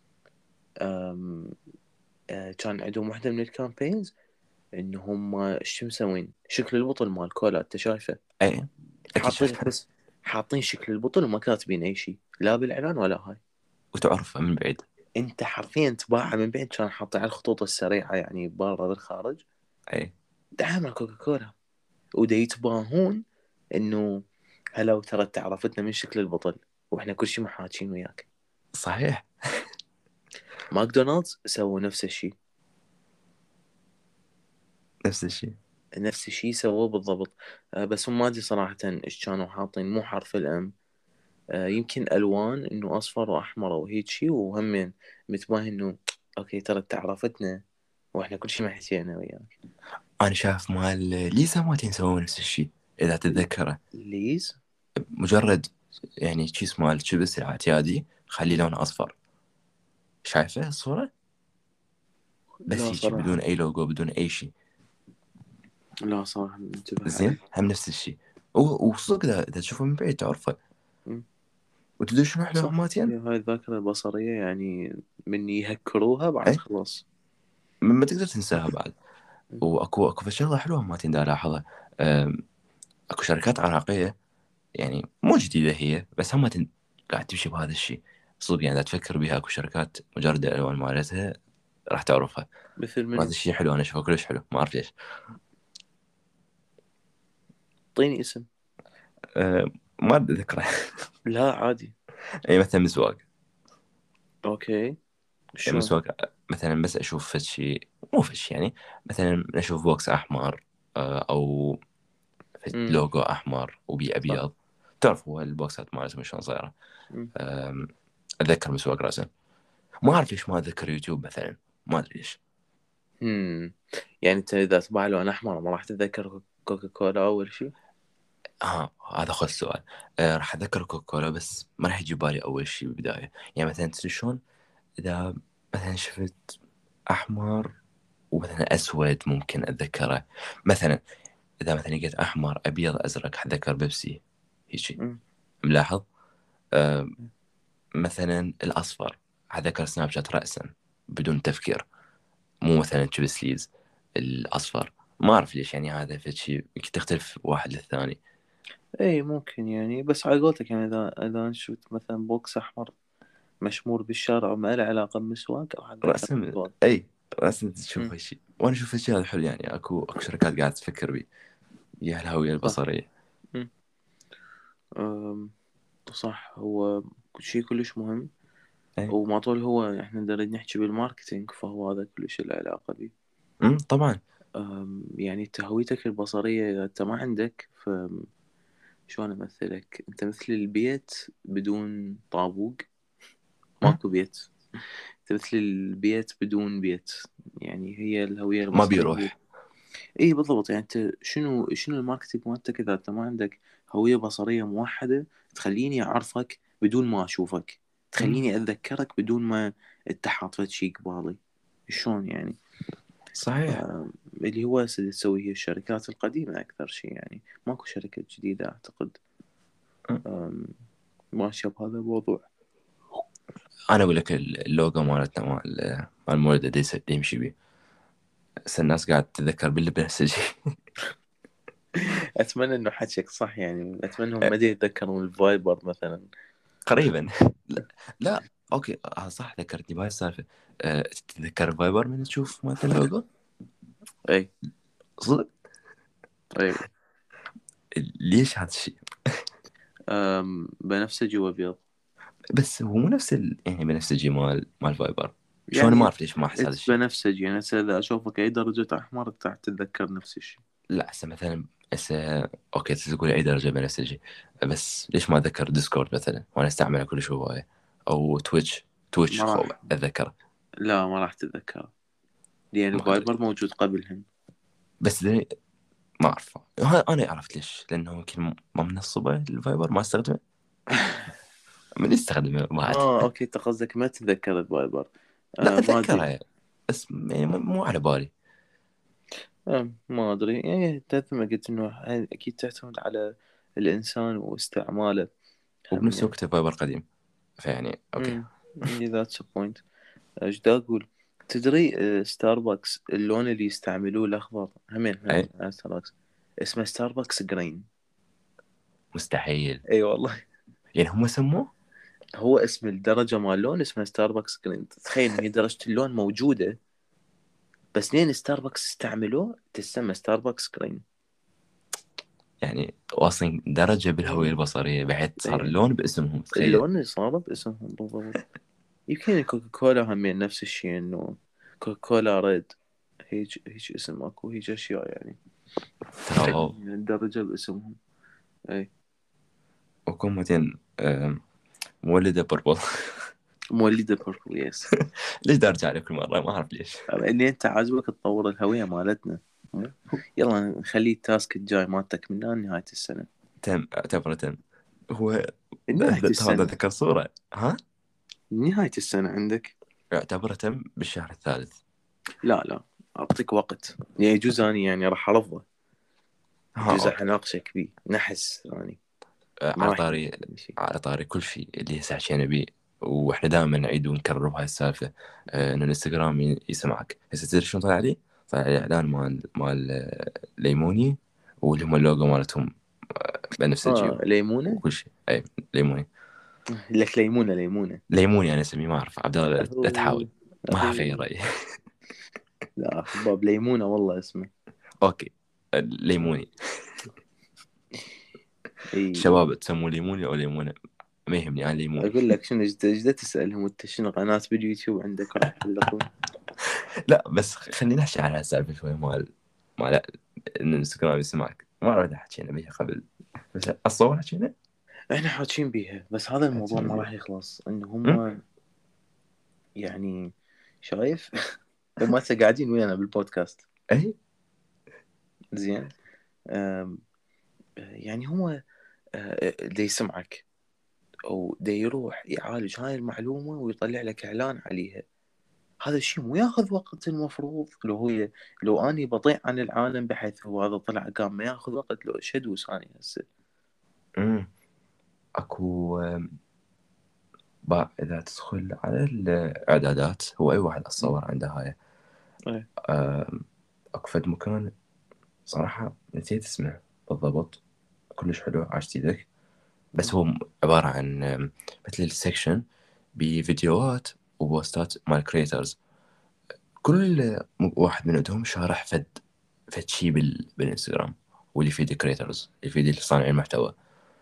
أم... آه، كان عندهم واحدة من الكامبينز ان هم شو مسوين شكل البطل مال كولا انت شايفه، أي أكيد حاطين شفتها. بس حاطين شكل البطل وما كاتبين اي شيء لا بالاعلان ولا هاي. وتعرفه من بعيد. انت حرفيا تباعها من بعيد، كان حاطين على الخطوط السريعه يعني برا بالخارج اي دعم كوكاكولا، ودا يتباهون انه هلا وترى تعرفتنا من شكل البطل واحنا كل شيء محاكين وياك. صحيح. ماكدونالدز سووا نفس الشيء، نفس الشيء. نفس الشيء سووه بالضبط. آه، بس هم ما ادري صراحة ايش كانوا حاطين، مو حرف الام. آه، يمكن الوان انه اصفر واحمر وهيك شيء، وهم متباهي انه اوكي ترى تعرفتنا واحنا كل شيء محكينا وياك. انا شايف مال ليزا ما يسوون نفس الشيء اذا تتذكره. ليز مجرد يعني كيس مال شيبس الاعتيادي خلي لونه اصفر، شايفه الصورة؟ بس لا هيك صراحة، بدون اي لوجو بدون اي شيء. لا صراحة ما انتبه زين عليه. هم نفس الشيء. و- وصدق اذا إذا تشوفه من بعيد تعرفه. مم. وتدري شنو حلو صح، هماتين؟ هي هاي الذاكرة البصرية يعني من يهكروها بعد اي خلاص. ما تقدر تنساها بعد. واكو اكو شغله حلوه هماتين دا الاحظها. أم، اكو شركات عراقيه يعني مو جديده هي، بس هم تن... قاعد تمشي بهذا الشيء صدق. يعني اذا تفكر بها اكو شركات مجرد الالوان مالتها راح تعرفها. مثل وهذا منو؟ الشيء حلو، انا اشوفه كلش حلو، ما اعرف ليش. اعطيني اسم. أه ما اتذكره. لا عادي. اي مثلا مسواق. اوكي يعني شلون؟ مسواق مثلا، بس اشوف فد شيء مو فد شيء يعني. مثلا اشوف بوكس احمر، أه او فد امم لوجو احمر وبي صح. ابيض. تعرف هو البوكسات مالتهم شلون صايره. مم. أم، اتذكر مسواق راسا. ما اعرف ليش ما اتذكر يوتيوب مثلا، ما ادري ليش. امم يعني انت اذا طبع لون احمر ما راح تتذكر كوكا كولا اول شيء؟ اه هذا خو السؤال. آه راح اتذكر كوكولا بس ما راح يجي بالي اول شيء بالبدايه. يعني مثلا تدري شلون؟ اذا مثلا شفت احمر ومثلا اسود ممكن اتذكره. مثلا اذا مثلا لقيت احمر ابيض ازرق حتذكر بيبسي هيجي. امم ملاحظ؟ آه مثلا الاصفر حتذكر سناب شات راسا بدون تفكير، مو مثلا تشيبس ليز. الاصفر ما اعرف ليش، يعني هذا في شيء يمكن تختلف واحد للثاني. اي ممكن يعني، بس على قولتك يعني اذا اذا أنا شفت مثلا بوكس احمر مشمور بالشارع وما له علاقة بمسواق راح اتذكر رسم مسواق. اي رسم تشوف امم هالشيء. وانا اشوف هالشيء هذا حلو. يعني اكو اكو شركات قاعده تفكر بيه يا الهويه صح. البصريه. امم أم، صح، هو شيء كلش مهم. اي وما طول هو احنا نريد نحكي بالماركتينج فهو هذا كلش له علاقة به. امم طبعا. أم، يعني انت هويتك البصرية اذا انت ما عندك، ف شلون امثلك، انت مثل البيت بدون طابوق أمم، ماكو بيت. انت مثل البيت بدون بيت، يعني هي الهوية ما البصرية. بيروح. اي بالضبط، يعني انت شنو شنو الماركتينج مالتك اذا انت ما عندك هوية بصرية موحدة تخليني اعرفك بدون ما اشوفك، أمم، تخليني اتذكرك بدون ما انت حاط فد شي قبالي. شلون يعني؟ ف صحيح. اللي هو هسه اللي تسويه هي الشركات القديمة أكثر شيء، يعني ماكو شركة جديدة أعتقد أمم. أم، ماشية بهذا الموضوع. انا اقول لك اللوجو مالتنا مال مال المولد اللي يس- اللي يمشي بيه. بس الناس قاعد تتذكر بالبنفسجي. أتمنى إنه حكيك صح، يعني أتمنى هم ما يتذكرون الفايبر مثلا. قريبا. لا, لا. اوكي آه صح ذكرتني بهاي السالفه. أه تتذكر فايبر من تشوف مالت اللوجو؟ أي صدق. أي. ليش هذا الشيء؟ أم، بنفسجي وأبيض. بس هو مو نفس ال... يعني بنفسجي مال مال فايبر. شلون ما يعني اعرف ليش ما احس هذا اتس الشيء. بنفسجي، يعني هسه إذا أشوفك أي درجة أحمر أنت راح تتذكر نفس الشيء. لا هسه مثلا هسه اوكي تقول اي درجه بنفسجي، بس ليش ما اتذكر ديسكورد مثلا وانا استعمله كل شوي هوايه؟ او تويتش. تويتش ما خو راح، اتذكره. لا ما راح تتذكر لأن ما ادري. الفايبر موجود قبلهم. بس ذي ما اعرف. ها- انا عرفت ليش، لانه يمكن ما منصبه الفايبر ما استخدمه. من يستخدمه بعد؟ آه أوكي، أنت قصدك ما تتذكر الفايبر. لا آه ما أدري. اتذكره بس يعني مو مو على بالي. آه ما أدري، يعني مثل ما قلت إنه أكيد تعتمد على الإنسان واستعماله هم وبنفس يعني. الوقت الفايبر قديم، فيعني اوكي. امم ذاتس بوينت. ايش دا اقول؟ تدري آه، ستاربكس اللون اللي يستعملوه الاخضر همين اي احنا على ستاربكس اسمه ستاربكس جرين. مستحيل. اي والله. يعني هم سموه. هو اسم الدرجة مال اللون اسمها ستاربكس جرين. تخيل ان هي درجة اللون موجودة، بس لين ستاربكس استعملوه تسمى ستاربكس جرين. يعني واصلين درجة بالهوية اي البصرية بحيث صار اي اللون باسمهم، تخيل. اللون اللي صار باسمهم بالضبط. يمكن كوكا كولا همين نفس الشيء، انه كوكا كولا ريد هيج هيج اسم اكو هيج اشياء يعني. ترى يعني الدرجة باسمهم. اي وكومتين مولدة بربل. مولدة بيربل يس. ليش دا ارجع لك كل مرة؟ ما اعرف ليش. اني انت عاجبك تطور الهوية مالتنا، مو؟ يلا نخليه التاسك الجاي مالتك من الآن نهاية السنة. تم اعتبره تم. هو نهاية هذا السنة. ذكر صورة ها. نهاية السنة عندك. اعتبره تم بالشهر الثالث. لا لا، أعطيك وقت يعني، يجوز أني يعني راح أرفضه، ها يجوز راح اوكي. أناقشك بيه نحس يعني. آه، ما على راح طاري، ينفع شيء. على طاري كل شيء اللي هسه حكينا بيه، واحنا دائما نعيد ونكرر بهاي السالفه، آه، انه الانستغرام ي- يسمعك. هسه تدري شنو طلع لي؟ طلع لي اعلان مال مال آه، ليموني، واللي هم اللوجو مالتهم بنفسجي آه ليمونة. وكل شيء. اي ليموني. لك ليمونة ليمونة. ليموني انا اسميه، ما اعرف عبد الله، لا لا أهو تحاول، ما أهو. حغير رايي. لا حباب ليمونة والله اسمه. اوكي. آه، ليموني. اي شباب تسموه ليموني او ليمونه، ما يهمني، انا ليموني. اقول لك شنو، ايش ايش تسالهم انت شنو قناه باليوتيوب عندك راح يحلقون. لا بس خلينا نحكي على السالفه شوي مال مال ان الانستغرام يسمعك. ما اعرف اذا حكينا بيها قبل، بس الصور حكينا. احنا حاكين بيها، بس هذا الموضوع حكينا ما بيها. راح يخلص، انه أم؟ هم يعني شايف هم هسه قاعدين ويانا بالبودكاست. اي. زين. أم، يعني هو أه، دا يسمعك او دا يروح يعالج هاي المعلومة ويطلع لك اعلان عليها. هذا الشيء مو ياخذ وقت المفروض؟ لو هو لو اني بطيء عن العالم بحيث هو هذا طلع قام ما ياخذ وقت، لو شد وساني هسه. أم. اكو أم، با اذا تدخل على الاعدادات، هو اي واحد م. اتصور عنده هاي. إيه. أم، اكو فد مكان صراحة نسيت اسمه بالضبط، كلش حلو عاشت ايدك. م. بس هو عبارة عن أم، مثل السكشن بفيديوهات وبوستات مال كريترز. كل واحد من عندهم شارح فد فد شي بال... بالانستغرام، واللي يفيد الكريترز، يفيد صانعي المحتوى.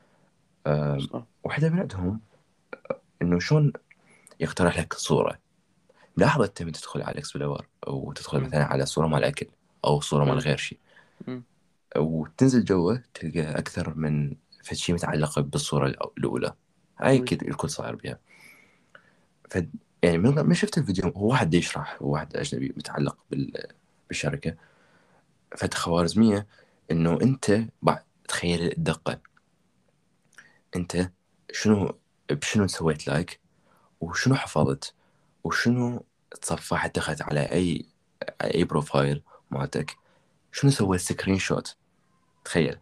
أم، صح. واحدة من عندهم انه شلون يقترح لك صورة. لاحظ انت من تدخل على الاكسبلور او تدخل م. مثلا على صورة مال اكل او صورة مال م. غير شيء، م. وتنزل جوه تلقى اكثر من فد شي متعلقة بالصورة الأو- الاولى. هاي وي. كده الكل صاير بها. ف يعني من من شفت الفيديو، هو واحد يشرح، هو واحد اجنبي متعلق بال... بالشركة، فد خوارزمية. انه انت بعد تخيل الدقة، انت شنو بشنو سويت لايك، وشنو حفظت، وشنو تصفحت دخلت على اي اي بروفايل مالتك، شنو سويت سكرين شوت. تخيل،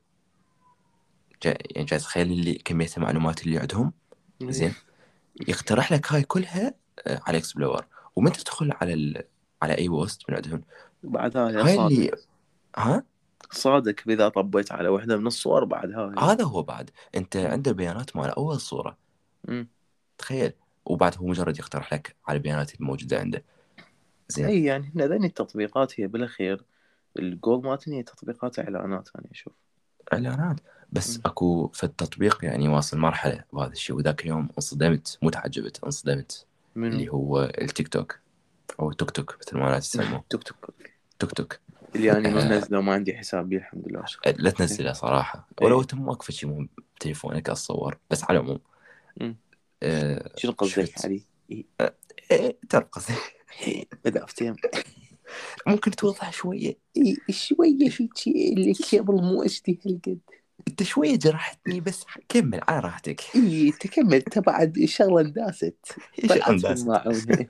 جا يعني جاي تخيل اللي كمية المعلومات اللي عندهم. وي. زين. يقترح لك هاي كلها آه، على اكسبلور، ومن تدخل على ال... على اي بوست من عندهم. بعد هاي هاي صادق. اللي ها. صادق إذا طبيت على واحدة من الصور بعد هاي. هذا هو بعد انت م. عنده بيانات مال اول صورة. م. تخيل. وبعد هو مجرد يقترح لك على البيانات الموجودة عنده. زين. أي يعني هن ذني التطبيقات هي بالأخير الجول مالتن هي تطبيقات إعلانات أنا أشوف. اعلانات. بس م. اكو في التطبيق يعني واصل مرحلة بهذا الشيء، وذاك اليوم انصدمت، مو تعجبت، انصدمت. منو؟ اللي هو التيك توك او توك توك مثل ما الناس يسموه. توك توك. توك توك. اللي أنا آه. منزله ما عندي حساب بيه الحمد لله. لا تنزله صراحة، ولو أي. انت ماكو شيء مو بتليفونك اتصور، بس على العموم. م. آه. شنو قصدك شفت. علي؟ إيه. آه. إيه تعرف قصدي. بدأ أفتهم. ممكن توضح شوية. إيه شوية هيك الكيبل مو اتش دي هالقد. انت شوية جرحتني، بس كمل على راحتك. اي تكمل انت بعد شغله انداست ايش طلعت من انداست. الماعون.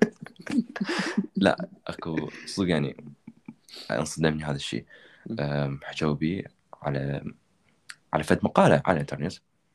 لا اكو صدق يعني انصدمني هذا الشيء. أم، حكوا بي على على فد مقالة على الانترنت،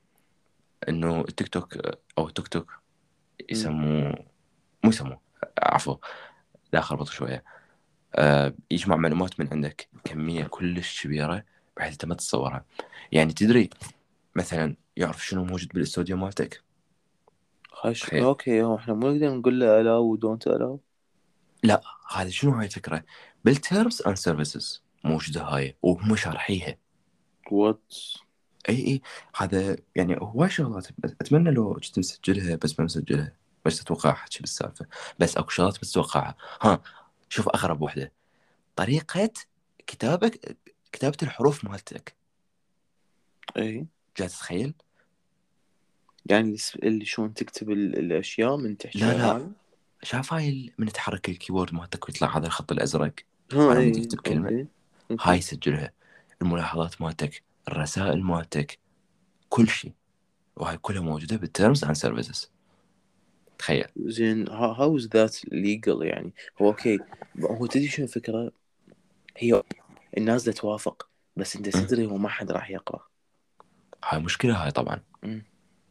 انه التيك توك او التوك توك يسموه، مو يسموه، عفوا لا خربط شوية. أه يجمع معلومات من عندك كمية كلش كبيرة بحيث انت ما تتصورها. يعني تدري مثلا يعرف شنو موجود بالاستوديو مالتك. خش تخيل. اوكي، هو احنا مو نقدر نقول له الاو ودونت الاو. لا، هذا شنو هاي الفكرة بالتيرمز اند سيرفيسز موجودة هاي وهم شارحيها. وات. اي اي. هذا يعني هواي شغلات اتمنى لو كنت مسجلها، بس ما مسجلها، بس اتوقع احكي بالسالفة. بس اكو شغلات متوقعها. ها، شوف اغرب وحدة، طريقة كتابك، كتابة الحروف مالتك. اي جالس تتخيل؟ يعني اللي س- اللي شلون تكتب ال- الاشياء من لا تحكيها لا، هاي. شاف هاي ال- من تحرك الكيبورد مالتك ويطلع هذا الخط الازرق ها على مود اي يكتب كلمة. اوكي هاي اوكي. سجلها، الملاحظات مالتك، الرسائل مالتك، كل شيء. وهاي كلها موجودة بالتيرمز اند سيرفيسز. تخيل. زين هاو از ذات ليجل يعني؟ هو اوكي، هو تدري شنو الفكره؟ هي الناس دا توافق، بس انت م. تدري هو ما حد راح يقرا. هاي مشكلة هاي طبعا. م.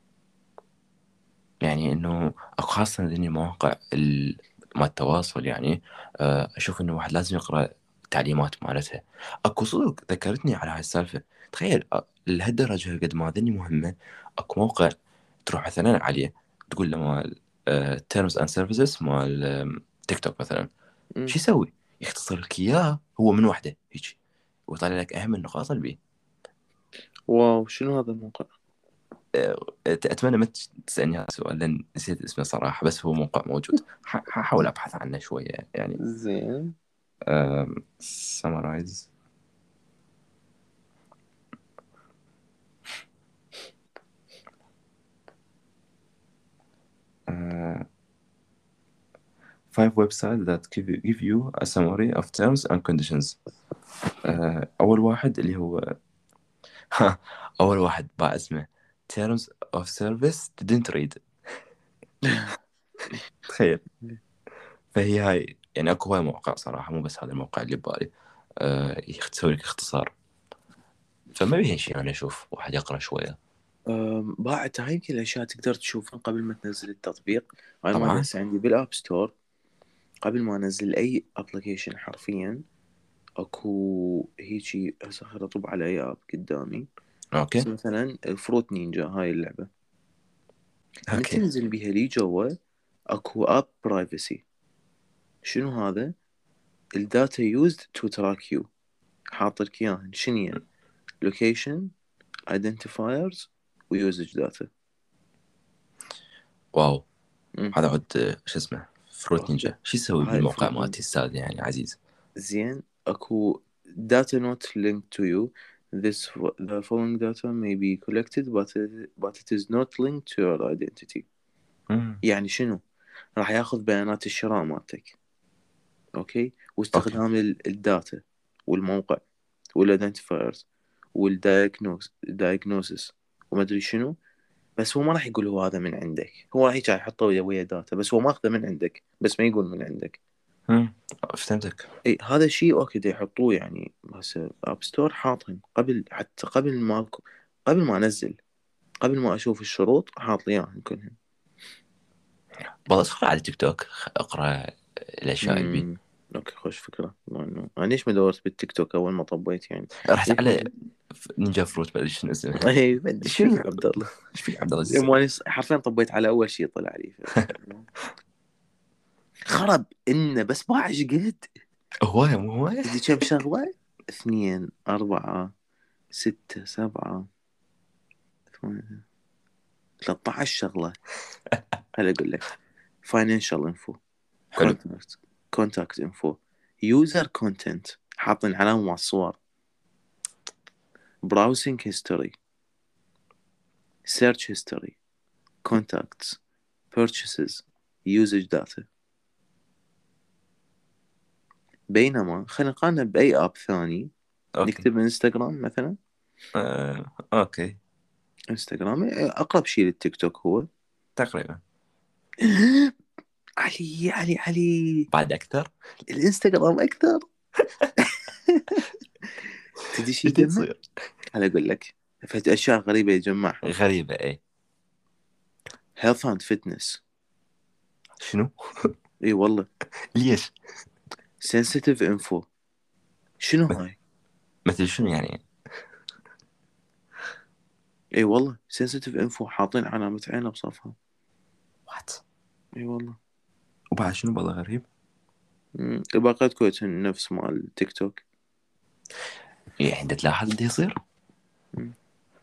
يعني انه اكو خاصة ذني مواقع ال- مال التواصل يعني. آه، اشوف انه واحد لازم يقرا التعليمات مالتها. اكو صدق ذكرتني على هاي السالفة. تخيل آه، لهالدرجة قد ما ذني مهمة. اكو موقع تروح مثلا عليه، تقول له مال تيرمز اند سيرفيسز مال آم، تيك توك مثلا، م. شو يسوي؟ يختصر لك اياه هو من وحده هيك، ويطلع لك اهم النقاط اللي بيه. واو شنو هذا الموقع؟ آه، اتمنى ما تسالني هذا السؤال لان نسيت اسمه صراحه، بس هو موقع موجود. ح- حاحاول ابحث عنه شويه يعني. زين. سمرايز five websites that give you, give you a summary of terms and conditions. آه، اول واحد اللي هو اول واحد باع اسمه terms of service didn't read. تخيل. فهي هاي يعني اكو هواي مواقع صراحة، مو بس هذا الموقع اللي ببالي. أه تسوي لك اختصار. فما بيهن شيء انا اشوف واحد يقرا شوية. أم، بعد هاي يمكن الاشياء تقدر تشوفها قبل ما تنزل التطبيق. هاي ما طبعا. هسه عندي بالاب ستور، قبل ما انزل اي ابلكيشن حرفيا اكو هيجي. هسه خل اطب على اي اب قدامي. اوكي. هسه مثلا الفروت نينجا هاي اللعبة، من اوكي. تنزل بيها لي جوا اكو اب برايفسي. شنو هذا؟ الداتا يوزد تو تراك يو، حاط لك اياهن شنيا، لوكيشن، ايدنتيفايرز، ويوزج داتا. واو. هذا عود آه، شو اسمه فروت اوكي نينجا شو يسوي هاي بالموقع فروت مالتي نينجا. استاذ يعني عزيز؟ زين اكو data not linked to you. This the following data may be collected but it, but it is not linked to your identity. مم. يعني شنو؟ راح ياخذ بيانات الشراء مالتك، اوكي، اوكي. واستخدام ال- الداتا والموقع والايدنتيفايرز والدايجنوسيس وما ادري شنو. بس هو ما راح يقول هو هذا من عندك، هو راح يجي يحطه ويا ويا داتا، بس هو ماخذه من عندك بس ما يقول من عندك. مم. فهمتك. اي هذا الشيء اوكي دا يحطوه يعني. هسه اب ستور حاطهم قبل، حتى قبل ما قبل ما انزل، قبل ما اشوف الشروط حاط لي اياهم كلهم. والله ادخل على تيك توك اقرا الاشياء اللي بيه. امم اوكي خوش فكره. ما انه انا ليش ما دورت بالتيك توك اول ما طبيت يعني؟ رحت ليش على ما نينجا فروت ما ادري شنو اسمه. اي بدي ايش فيك شنو؟ يا عبد الله؟ ايش فيك عبد الله شو ماني تسوي؟ ص- حرفيا طبيت على اول شيء طلع لي ف... خرب انه بس باع ايش قد؟ هواية مو هواية. تدري كم شغله؟ اثنين، أربعة، ستة، سبعة، ثمانية، ثلاثة عشر شغلة. خليني أقول لك: financial info، حلو. contact contact info، user content حاطين علامة مع الصور، browsing history، search history، contacts، purchases، usage data. بينما خلينا نقارنه بأي آب ثاني. اوكي. نكتب انستغرام مثلا. آه. اوكي. انستغرام أقرب شيء للتيك توك هو. تقريبا. علي علي علي، بعد اكثر. الانستغرام أكثر. تدري شي ايش يجمع؟ تصير؟ هلا أقول لك فهد أشياء غريبة يجمعها: غريبة اي. health and fitness. شنو؟ اي والله. ليش؟ sensitive info. شنو مث- هاي؟ مثل شنو يعني؟ اي والله سنسيتيف انفو حاطين علامة عينه بصفها. وات. اي والله. وبعد شنو بالله غريب؟ مم. الباقات كويتهم نفس مال تيك توك. يعني انت تلاحظ ده يصير. مم.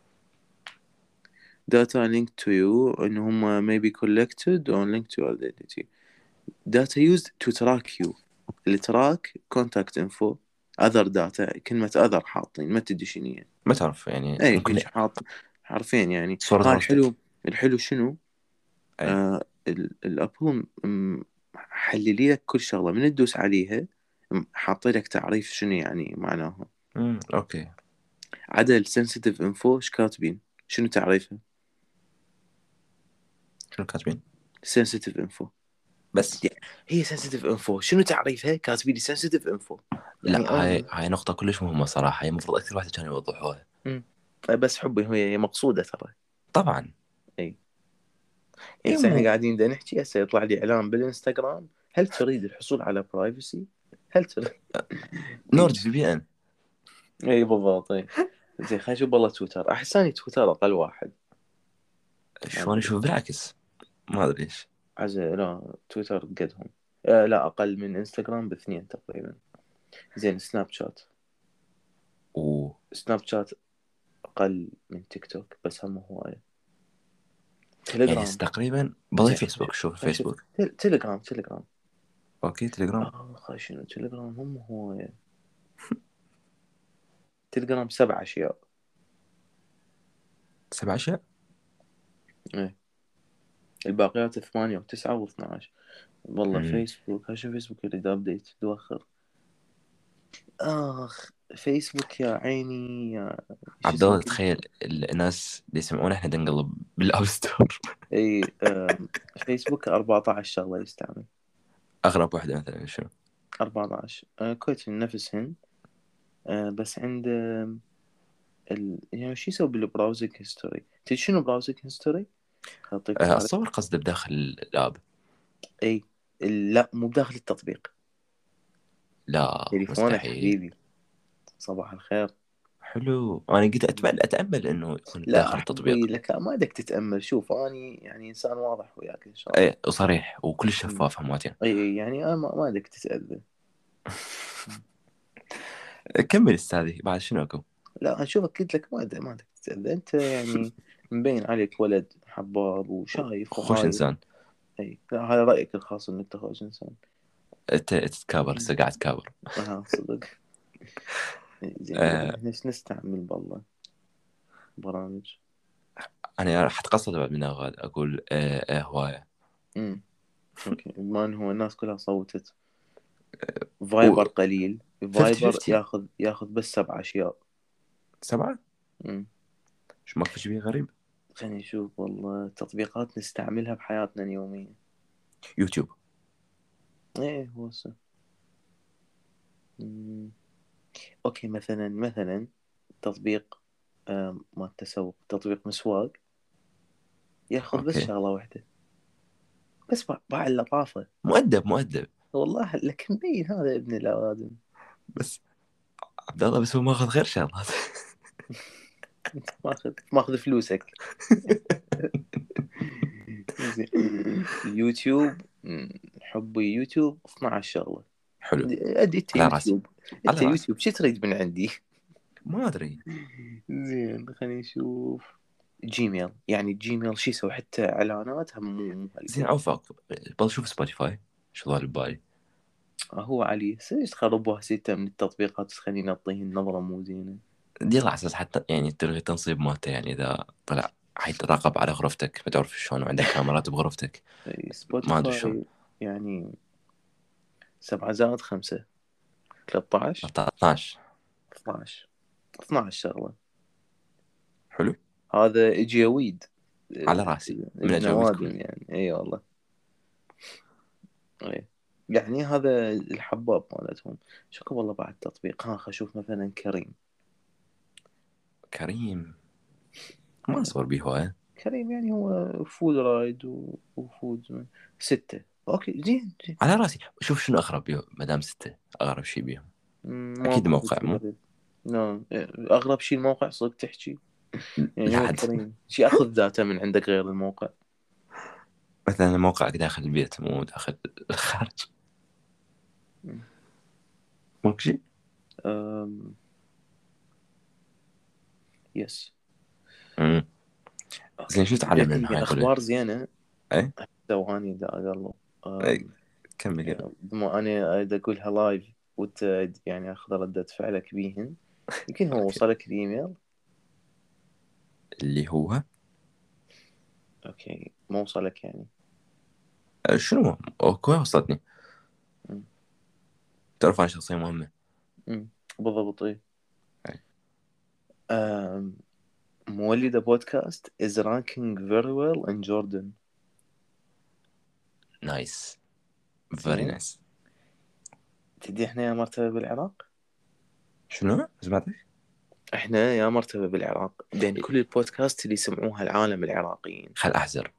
data linked to you إن هم may be collected or linked to your identity. data used to track you. اللي تراك contact info other data. كلمة other حاطين ما تدري شنو هي. ما تعرف يعني اي ممكن هيك حاط حرفين يعني. صورة ها غرفتك. الحلو، الحلو شنو؟ اي. آه ال- الابل م- حللي لك كل شغلة من تدوس عليها. م- حاطي لك تعريف شنو يعني معناها. امم اوكي. عدا السنسيتيف انفو ايش كاتبين؟ شنو تعريفها؟ شنو كاتبين؟ سنسيتيف انفو. بس هي سنسيتيف انفو شنو تعريفها؟ كاتبين لي سنسيتيف انفو. لا، يعني هاي انا هاي نقطة كلش مهمة صراحة، هي المفروض أكثر واحد كانوا يوضحوها. مم. بس حبي هي مقصودة ترى. طبعا. اي يعني اي هسه احنا مو قاعدين بدنا نحكي، هسه يطلع لي اعلان بالانستغرام. هل تريد الحصول على برايفسي؟ هل تريد؟ نورد في بي ان. اي بالضبط. اي زين خلينا نشوف والله تويتر. احساني تويتر اقل واحد. ما شلون ادري اشوف بالعكس، ما ادري ليش. عز لا تويتر قدهم. آه لا اقل من انستغرام باثنين تقريبا. زين سناب شات. و سناب شات اقل من تيك توك بس هم هواية. يعني تليجرام. هسه تقريبا بضي زين فيسبوك، شوف خلينا نشوف فيسبوك. تل- تليجرام. تليجرام اوكي تليجرام. اه خاي شنو تليجرام هم هواية. تليجرام سبع اشياء. سبع اشياء. ايه الباقيات ثمانية وتسعة واثنى عشر. والله امم فيسبوك هشوف فيسبوك اللي دا ابديت دوخر. اخ فيسبوك يا عيني يا شو عبد اسمه الله كله. تخيل الناس اللي يسمعونا احنا دنقلب بالاب ستور. اي آم، فيسبوك أربعة عشر شغلة يستعمل. اغرب واحدة مثلا شنو؟ أربعة عشر آه كويس نفسهن. آه بس عند آم، ال... يعني شو يسوي بالبراوزنج هيستوري؟ تدري شنو براوزنج هيستوري؟ اعطيك أه، تعرف. اتصور قصده بداخل الاب. اي لا مو بداخل التطبيق. لا تليفونك مستحيل. حبيبي. صباح الخير. حلو، انا قلت اتمنى اتامل انه يكون لا بداخل حبي التطبيق. لك ما بدك تتأمل. شوف أني يعني إنسان واضح وياك إن شاء الله. ايه وصريح وكل مم. شفاف هماتين. أي أي يعني أنا ما ما بدك تتأذى. كمل استاذي، بعد شنو اكو؟ لا أشوفك قلت لك ما بدك ما بدك تتأذى أنت يعني. مبين عليك ولد حباب وشايف خوش وهاي. انسان. أي لا هذا رأيك الخاص إنك تخرج إنسان. انت تتكابر، مم. هسه قاعد تكابر. آه صدق. إي زين آه إحنا إيش نستعمل بالله برامج. انا حتقصد بعد من هذا اقول آه آه هوايه. امم أوكي بما إنه هو الناس كلها صوتت. و فايبر قليل. خمسين فايبر خمسين. ياخذ ياخذ بس سبع أشياء. سبعه. امم شو ماكو شيء غريب. خليني أشوف والله تطبيقات نستعملها بحياتنا اليومية. يوتيوب. إيه هو سه. مم. أوكي مثلا مثلا تطبيق آم، ما التسوق تطبيق مسواق ياخذ بس اوكي. شغلة واحدة. بس باع باع اللطافة. مؤدب مؤدب. والله لك مبين هذا ابن الأوادم. بس عبد الله بس هو ماخذ غير شغلات. ماخذ ماخذ فلوسك. زين يوتيوب. مم، حبي يوتيوب اثنا عشر شغلة. حلو. أدي أنت على راسي. يوتيوب. على أنت راسي. يوتيوب شو تريد من عندي؟ ما ادري. زين خليني أشوف. جيميل يعني جيميل شو يسوي حتى إعلانات هم مو مو زين هالقد. عوفك، بشوف سبوتيفاي شو ظل ببالي. آه، هو علي ليش خربوها ستة من التطبيقات خليني أعطيه النظرة مو زينة. دي على اساس حتى يعني تلغي التنصيب مالته، يعني اذا طلع حيتراقب على غرفتك ما تعرف شلون، وعندك كاميرات بغرفتك. إي، ما ادري شلون. سبوتيفاي يعني سبعة زائد خمسة ثلاثة عشر. اثناشر. اثنا عشر. اثنا عشر شغلة. حلو. هذا إجي ويد. على راسي من ابن اجاوبكم. وادم يعني اي والله. اي يعني هذا الحباب مالتهم. شكو والله بعد تطبيق ها خل اشوف مثلا كريم. كريم ما صور بيه هواية. كريم يعني هو فود رايد و- وفود ستة. اوكي زين زين. على راسي، شوف شنو اغرب بيه ما دام ستة، اغرب شيء بيهم. مم، اكيد ماكو موقع شيء مو. غريب. لا اغرب شيء الموقع صدق تحكي. يعني لا هو حد. كريم شي ياخذ داتا من عندك غير الموقع. مثلا موقعك داخل البيت مو داخل الخارج. مم. ماكو شيء. أم... يس. أمم. زين اوكي شو تبي تعلمنا احكي من لك هاي كلها؟ اخبار زينه؟ اي ثواني دا اقلب. اي أم... كمل كمل. يعني بما انا اريد اقولها لايف وانت يعني اخذ ردة فعلك بيهن، يمكن هو اوكي وصلك الايميل. اللي هو اوكي ما وصلك يعني. آه، شنو اوكي وصلتني. مم. تعرف انا شخصية مهمة. مم. بالضبط ايه. أي. أم... مولد بودكاست is ranking very well in Jordan. نايس فيري زين. نايس. تدي احنا يا مرتبة بالعراق. شنو سمعتك؟ احنا يا مرتبة بالعراق بين كل البودكاست اللي يسمعوها العالم العراقيين. خل احزر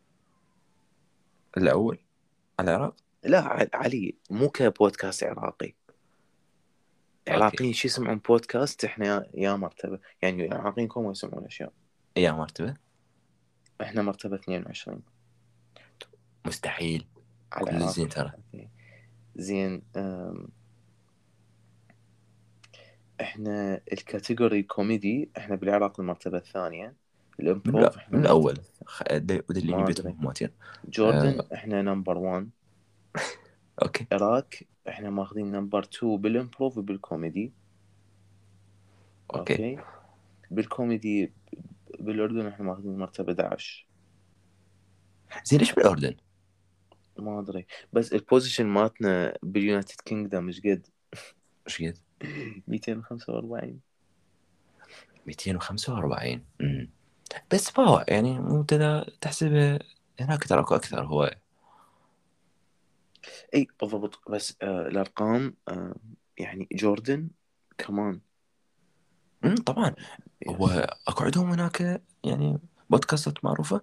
الاول على العراق. لا ع- علي مو كبودكاست عراقي. اوكي العراقيين شو يسمعون بودكاست، احنا يا, يا مرتبة يعني العراقيين كم يسمعون اشياء. يا مرتبة. احنا مرتبة اثنين وعشرين مستحيل. على كل العراق. زين ترى. أوكي. زين. أم، احنا الكاتيجوري كوميدي احنا بالعراق المرتبة الثانية. من الامبروف لا احنا من المرتبة. الاول خ- د- ودليني ما بيتهم ادري. ماتين. جوردن آه، احنا نمبر واحد. اوكي العراق احنا ماخذين نمبر اثنين بالامبروف وبالكوميدي. اوكي. اوكي. بالكوميدي بالاردن احنا ماخذين مرتبة احد عشر. زين ايش بالاردن؟ ما ادري بس البوزيشن ماتنا باليونايتد كينجدم مش قد. ايش قد؟ مئتين وخمسة وأربعين. مئتين وخمسة وأربعين. امم بس فهو يعني مو تدا تحسبه هناك ترى اكو اكثر هو. اي بالضبط بس آه الارقام آه يعني جوردن كمان. امم طبعا. هو يس. اكو عندهم هناك يعني بودكاستات معروفة.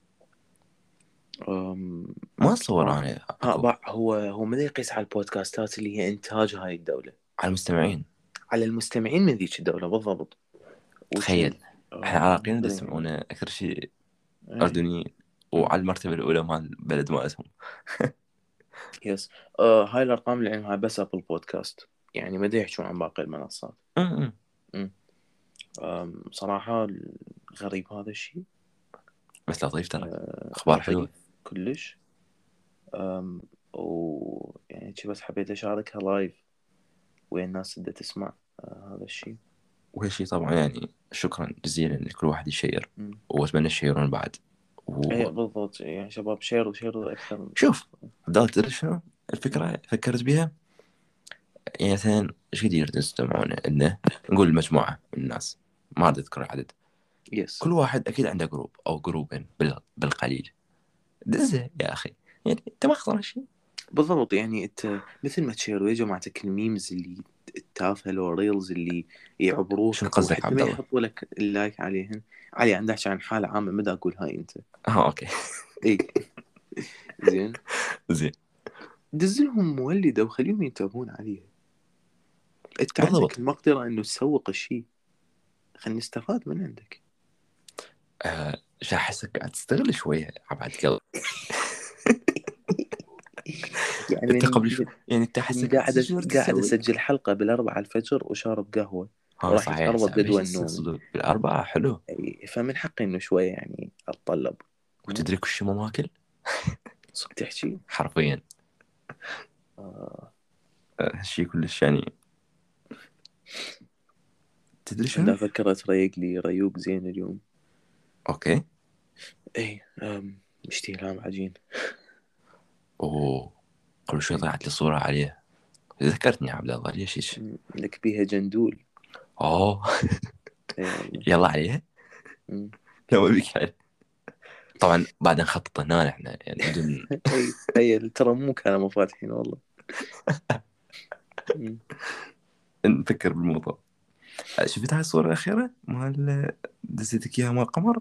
أم، ما اتصور ها. انا ها اكو. بع- هو هو ماذا يقيس على البودكاستات اللي هي انتاج هاي الدولة، على المستمعين. على المستمعين من ذيك الدولة بالضبط. تخيل وشي احنا آه ما عراقيين اللي ادري يعني. يسمعونا اكثر شيء اي. اردنيين. أم، وعلى المرتبة الاولى مال البلد مالتهم. يس. آه هاي الارقام اللي عندها بس ابل بودكاست، يعني ما دا يحكون عن باقي المنصات. امم أم، آم، صراحة غريب هذا الشيء. بس لطيف ترى. آه، اخبار لطيف حلوة. كلش. أم، ويعني شي بس حبيت أشاركها لايف وين الناس بدها تسمع آه، هذا الشيء. وهالشي طبعا يعني شكرا جزيلا لكل واحد يشير. مم. واتمنى تشيرون بعد. اي بالضبط يعني شباب شيروا شيروا أكثر. وشوف بدال تدري شنو مم. الفكرة فكرت بيها. يعني مثلا ايش كثير تستمعون انه نقول مجموعة من الناس ما أريد أذكر العدد. يس. كل واحد أكيد عنده جروب أو جروبين بال- بالقليل. دزه يا أخي. يعني أنت ما خسران شيء. بالضبط يعني انت مثل ما تشيروا يا جماعتك الميمز اللي التافهه لو ريلز اللي شنو يعبروك قصدك وحتى عبد ما الله؟ يحطوا لك اللايك عليهن. علي عندك عن حالة عامة ما دا اقول هاي انت. اه اوكي. اي. زين. زين. دزلهم مولدة وخليهم ينتبهون عليها. انت عندك بالضبط. المقدرة انه تسوق الشيء، خلينا نستفاد من عندك. آه شو احسك قاعد تستغل شويه عبد قلب. يعني انت من قبل شو يعني انت من احسك قاعد تجور قاعد تسوي. اسجل حلقة بالاربعة الفجر وشارب قهوة ها وراح صحيح يتقرب صعب ايش جدول هسه نومي. صدق بالاربعه حلو. أي فمن حقي انه شوية يعني اتطلب. مم. وتدري كل شيء مو ماكل. صدق تحكي. حرفيا. آه. آه، هالشيء كلش يعني. تدري انا شنو. افكر اتريق لي ريوق زين اليوم. اوكي. اي أم، مشتي لام عجين. اوه قبل شوي أي. طلعت لي صوره عليه. ذكرتني يا عبد الله ليش ايش. مم، لك بيها جندول. اوه. اي والله. يلا عليها. مم. لا ما بيك عليه. طبعا بعد نخطط هنا احنا يعني بدون. اي تخيل ترى مو كلام فاتحين والله. مم. نفكر بالموضوع. شفت هاي الصورة الأخيرة مال دزيتك إياها مال القمر.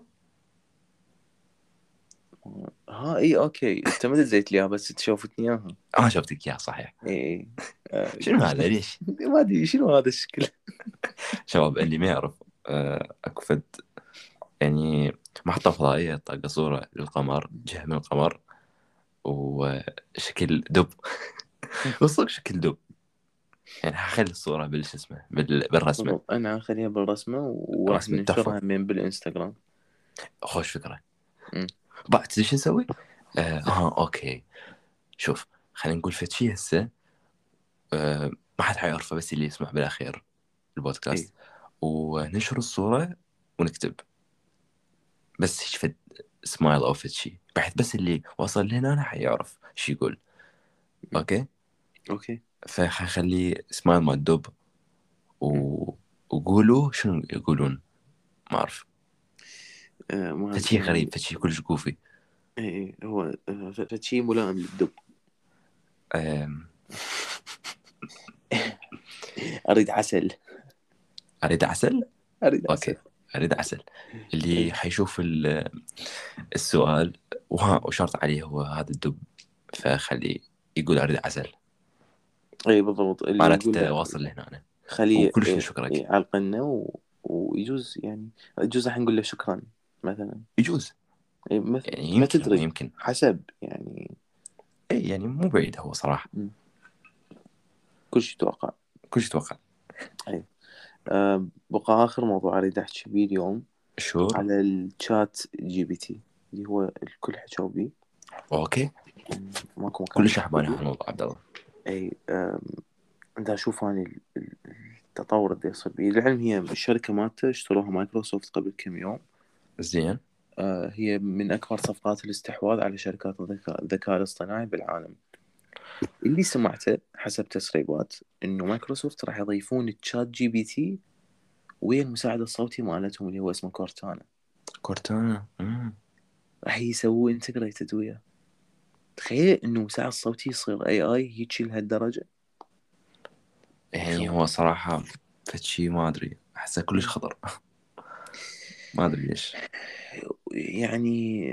ها اي اوكي انت ما دزيت لي اياها بس تشوفتني اياها. آه شفتك إياها صحيح. اي اي آه، شنو هذا ليش؟ ما ادري شنو هذا الشكل. شباب اللي ما يعرف آه، اكو فد يعني محطة فضائية طاقة صورة للقمر، جهة من القمر، وشكل دب. وصدق شكل دب. يعني هخلي الصورة بالش اسمه بال... بالرسمة. بالضبط، انا اخليها بالرسمة وراح رسمة تحفة. ننشرها من بالانستغرام. خوش فكرة. م. بعد تدري شو نسوي؟ آه, اه اوكي. شوف، خلينا نقول فد شي هسه. آه ما حد حيعرفه بس اللي يسمع بالاخير اي البودكاست. وننشر الصورة ونكتب بس هيك فد سمايل او فد شي، بحيث بس اللي وصل لهنا أنا حيعرف شو يقول. م. اوكي. اوكي. فخلي سمايل مال الدب. م. و... وقولوا شنو يقولون. ما اعرف. آه ما فشي يعني. غريب، فشي كلش جوفي. اي اي هو آه، ف- فشي ملائم للدب. أم... اريد عسل. اريد عسل. اريد عسل. اوكي. اريد عسل. اللي اي حيشوف ال- السؤال وها وشرط عليه هو هذا الدب، فخليه يقول اريد عسل. اي بالضبط، اللي يقول معناته له واصل لهنا. خليه وكلش إيه، نشكرك. يعلقنا و... ويجوز يعني، يجوز راح نقول له شكرا مثلا. يجوز. إيه مث... يعني ما يمكن هو تدري، يمكن. حسب يعني. اي يعني مو بعيد هو صراحة. م. كل شيء توقع. كلش اتوقع. أي. أه بقى آخر موضوع أريد أحكي بيه اليوم شور. على الشات جي بي تي، اللي هو الكل حكوا بيه. اوكي. م، ماكو مكان كلش يحكوا عباني بيه. هالموضوع عبد الله. أي أم، أنت أشوف أنا ال- ال- التطور اللي يصير بيه. العلم هي الشركة مالته اشتروها مايكروسوفت قبل كم يوم. زين. آه، هي من أكبر صفقات الاستحواذ على شركات الذكاء الذكاء الاصطناعي بالعالم. اللي سمعته حسب تسريبات إنه مايكروسوفت راح يضيفون التشات جي بي تي ويا المساعد الصوتي مالتهم اللي هو اسمه كورتانا. كورتانا. مم. راح يسووه انتجريتد وياه. تخيل إنه مساعد صوتي يصير اي اي هيجي لهالدرجة. يعني شلون؟ هو صراحة فشي ما ادري، احسه كلش مم. خطر. ما ادري ليش. يعني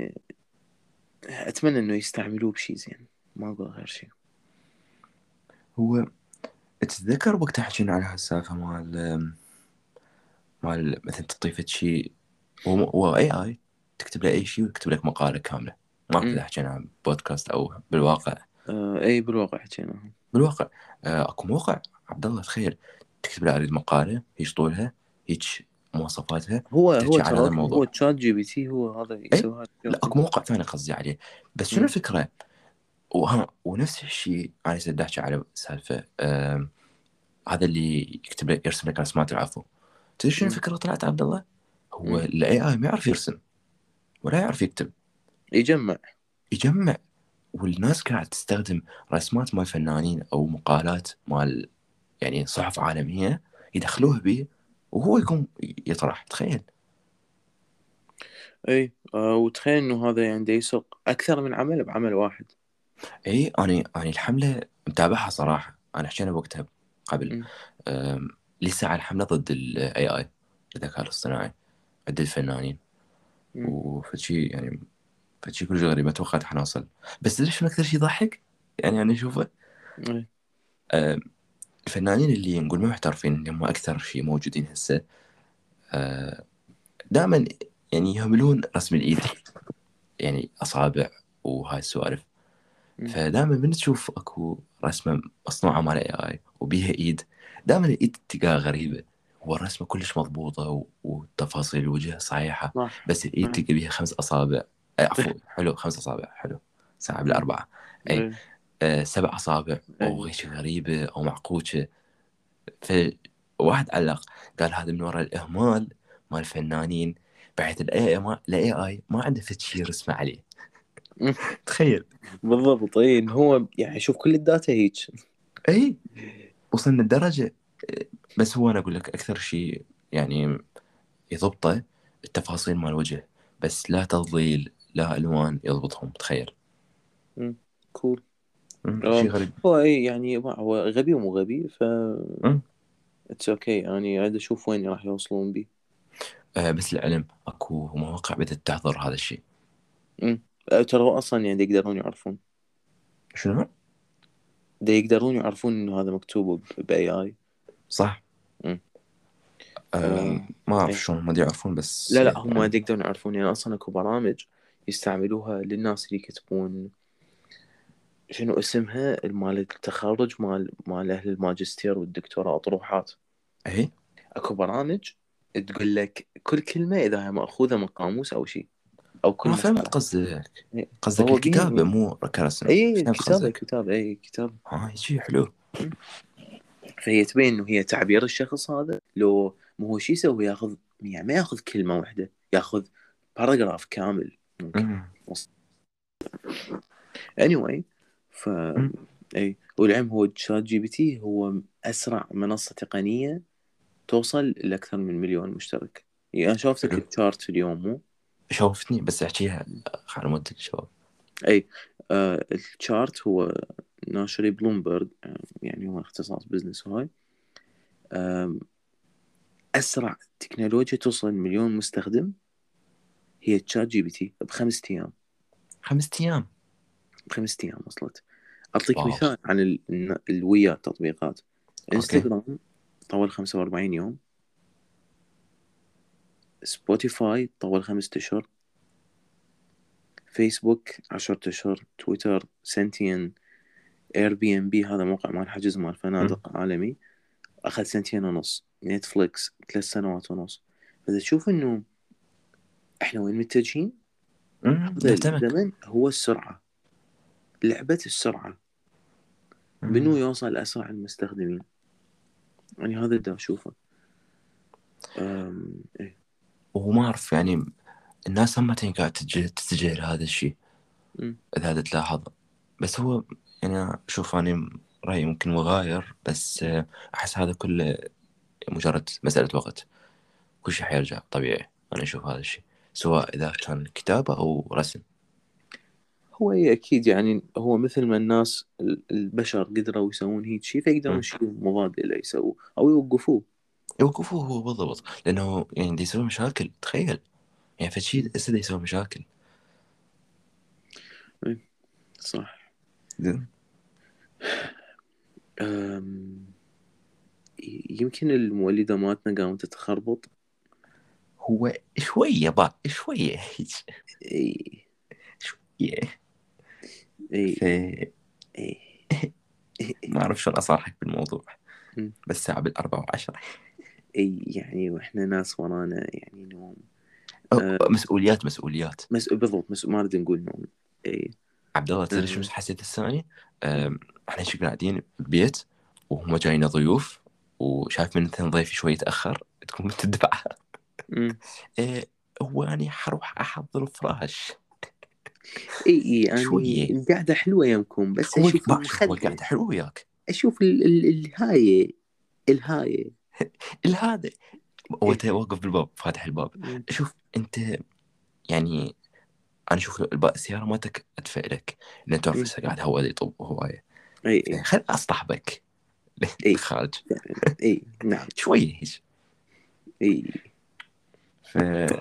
أتمنى إنه يستعملوه بشي زين، ما أقول غير شيء. هو تتذكر وقتها حكينا على هالسالفة مال مال مثلا تضيف شيء، هو هو اي اي تكتب له اي شيء ويكتب لك مقالة كاملة. ما مم. كذا حكينا عن بودكاست او بالواقع. آه أي بالواقع حكينا. بالواقع. آه، اكو موقع عبد الله تخيل تكتب له اريد مقالة ايش طولها، هيك مواصفاتها، هو هو تحكي عن هذا ترى هو الموضوع. تشات جي بي تي هو هذا اي. يسوي هذا لا الشغل. اكو موقع ثاني قصدي عليه. بس شنو مم. الفكرة؟ وها ونفس الشيء انا سد احكي على سالفة آم، هذا اللي يكتب لك يرسم لك رسمات العفو. تدري شنو مم. الفكرة طلعت عبد الله؟ هو مم. الاي اي ما يعرف يرسم ولا يعرف يكتب. يجمع. يجمع. والناس قاعد تستخدم رسمات مال فنانين او مقالات مال يعني صحف عالمية مم. يدخلوه به وهو يقوم يطرح. تخيل. اي آه وتخيل انه هذا يعني دا يسوق اكثر من عمل بعمل واحد. اي انا انا الحملة متابعها صراحة، انا حكينا وقتها قبل. مم. أم، لسه على الحملة ضد الاي اي الذكاء الاصطناعي ضد الفنانين. مم. وفشي يعني فشي كل شيء غريب ما توقعت حنوصل. بس تدري شنو اكثر شيء يضحك؟ يعني انا اشوفه اي. أم، الفنانين اللي نقول ما محترفين اللي هم اكثر شيء موجودين هسه دائما يعني يهملون رسم الايد، يعني اصابع وهاي السوالف. مم. فدائما من تشوف اكو رسمه مصنوعه مال اي اي وبيها ايد، دائما الايد تلقاها غريبه. هو الرسمه كلش مضبوطه و- وتفاصيل الوجه صحيحه. صح. بس الايد مم. تلقى بيها خمس اصابع. آه، عفوا حلو خمس اصابع حلو. ساعه مم. بالاربعه. اي. اي. آه سبع اصابع او اي. غيش غريبه او معقوشه. فواحد علق قال هذا من وراء الاهمال مال الفنانين، بحيث الاي اي ما الاي اي ما عنده فد شيء يرسمه عليه. مم. تخيل. بالضبط، اي انه هو يعني شوف كل الداتا هيك. اي. وصلنا لدرجة. بس هو أنا أقول لك أكثر شيء يعني يضبطه التفاصيل مال الوجه، بس لا تضليل لا ألوان يضبطهم. تخيل. مم. كول. مم، آه، شيء غريب. هو اي يعني ما هو غبي ومو غبي ف مم. اتس اوكي يعني قاعد اشوف وين راح يوصلون بيه. آه بس العلم أكو مواقع بدأت تحضر هذا الشيء. مم. آه، ترى هو اصلا يعني دا يقدرون يعرفون. شنو؟ دا يقدرون يعرفون انه هذا مكتوب باي اي. صح. أم، آه. ما أعرف إيه. شلون هم يعرفون بس لا لا هم يعني. يقدرون يعرفون، يعني أصلا أكو برامج يستعملوها للناس اللي يكتبون شنو اسمها مال التخرج، مال مال أهل الماجستير والدكتوراه، أطروحات. إيه أكو برامج تقول لك كل كلمة إذا هي مأخوذة من قاموس أو شيء، أو كل ما فهمت مصطلح. قصدك. إيه. قصدك فهو الكتابة بين. مو كرسم. أي فهمت كتابة قصدك. كتابة أي كتابة. ها شيء حلو. فهي تبين إنه هي تعبير الشخص هذا، لو مو هو شو يسوي، ياخذ يعني ما ياخذ كلمة واحدة، ياخذ باراجراف كامل ممكن. أمم، anyway ف أمم، اي والعلم هو تشات جي بي تي هو اسرع منصة تقنية توصل لاكثر من مليون مشترك. يعني انا شوفتك حلو. الشارت اليوم مو. شوفتني بس أحكيها على مدة شباب. اي آه الشارت هو ناشري بلومبرج، آه يعني هو اختصاص بزنس هاي. آه اسرع تكنولوجيا توصل مليون مستخدم هي تشات جي بي تي بخمسة ايام. خمسة أيام. بخمسة ايام وصلت. اعطيك واو. مثال عن ال... الن- الويا التطبيقات. أوكي. انستغرام طول خمسة وأربعين يوم. سبوتيفاي طول خمسة أشهر. فيسبوك عشرة أشهر. تويتر سنتين. اير بي ام بي هذا موقع مال حجز مال أمم، فنادق عالمي أخذ سنتين ونص. نتفليكس ثلاث سنوات ونص. فإذا تشوف إنه إحنا وين متجهين، أمم، هذا نعتمد. الزمن هو السرعة، لعبة السرعة، بإنه أمم. يوصل أسرع المستخدمين. يعني هذا اللي أشوفه. أم... إيه. وما أعرف يعني الناس هم قاعد تتجه تتجه لهذا الشيء أمم. إذا تلاحظ. بس هو يعني أشوف أنا رأيي ممكن مغاير، بس آه، أحس هذا كله مجرد مسألة وقت. كل شيء حيرجع طبيعي. أنا أشوف هذا الشيء سواء إذا كان كتابة أو رسم. هو إيه أكيد، يعني هو مثل ما الناس ال- البشر قدروا يسوون هيك شيء، فيقدرون مم. شيء مضاد له يسووه أو يوقفوه. يوقفوه هو بالضبط، لأنه يعني دي يسوي مشاكل. تخيل يعني فشي هسه دي يسوي مشاكل. إيه، صح. زين. أم... يمكن المولدة مالتنا قامت تتخربط. هو شوية با شوية هيك. اي. شوية. اي. ف اي. ما أعرف شلون أصارحك بالموضوع، أمم. بس ساعة بالأربعة وعشرة. اي يعني واحنا ناس ورانا يعني نوم. أو- أه... مسؤوليات مسؤوليات. مس... بالضبط مس... ما نريد نقول نوم. اي. عبد الله تدري شو أه... حسيت الثاني؟ أم، احنا شي قاعدين ببيت وهم جاينا ضيوف، وشايف من اثنين ضيفي شوي يتأخر تكون بتدفع. أمم. إيه، هو أنا حروح أحضر فراش اي اي يعني شوية. القعدة حلوة يمكم، بس هو اشوف بقى شوف هو المخدة. قاعد حلو وياك. اشوف ال... ال... الهاية. الهاية. الهذا هو إيه. تا- واقف بالباب فاتح الباب. أمم. شوف أنت يعني أنا أشوف الباب السيارة مالتك أدفع لك لأن تعرف أمم. هسه قاعد هو يطب هواية. اي اي. خل أصطحبك اي الخارج فعلا. اي نعم. شوية هيك. اي. ف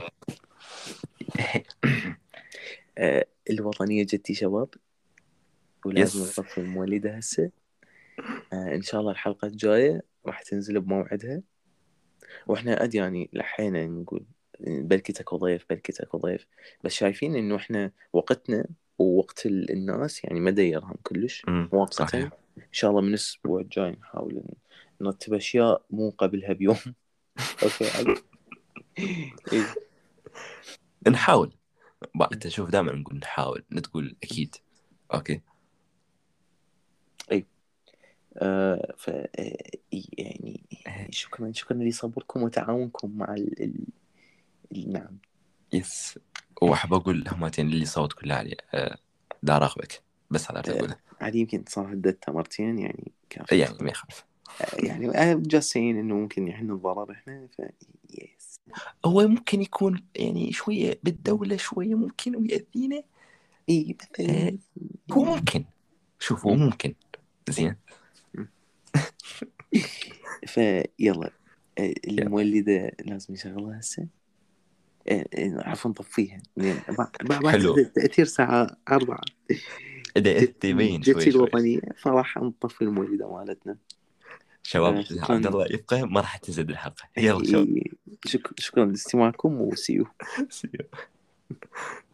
آه الوطنية جتي شباب، ولازم يس. نطفي المولدة هسه. آه إن شاء الله الحلقة الجاية راح تنزل بموعدها. وإحنا أد يعني لحينا نقول بلكي اكو ضيف بلكي اكو ضيف، بس شايفين إنه إحنا وقتنا ووقت ال- الناس يعني ما يرهم كلش أمم، مؤقتا. صحيح. إن شاء الله من الأسبوع الجاي نحاول ن- نرتب أشياء مو قبلها بيوم. أوكي عادي. إي. نحاول بقى تشوف دائما نقول نحاول نتقول أكيد. أوكي. إي. آه ف آه، يعني شكرا شكرا لصبركم وتعاونكم مع ال... ال... ال- نعم. يس. وأحب أقول لهمتين اللي صوت كله علي أه دا أراقبك، بس هذا آه، أقوله. عادي يمكن صار هددتها مرتين يعني كافي. يعني ما يخالف. آه، يعني I'm just saying إنه ممكن يحن الضرر إحنا ف يس. هو ممكن يكون يعني شوية بالدولة شوية ممكن ويأذينا. إي أه مثلا. هو ممكن. شوف هو م- ممكن. زين. م. فيلا. آه، يلا. المولدة لازم يشغلها هسه. آه، آه، عفوا نطفيها لأن بع- بع- بعد حلو. تأثير ساعة أربعة إذا جت تبين شوي جتي شوي. الوطنية، فراح نطفي المولدة مالتنا. شباب آه، عبد شكراً. الله يبقى ما راح تزيد الحلقة. يلا شباب. إيه، شك... شكرا لاستماعكم وسيو. See you.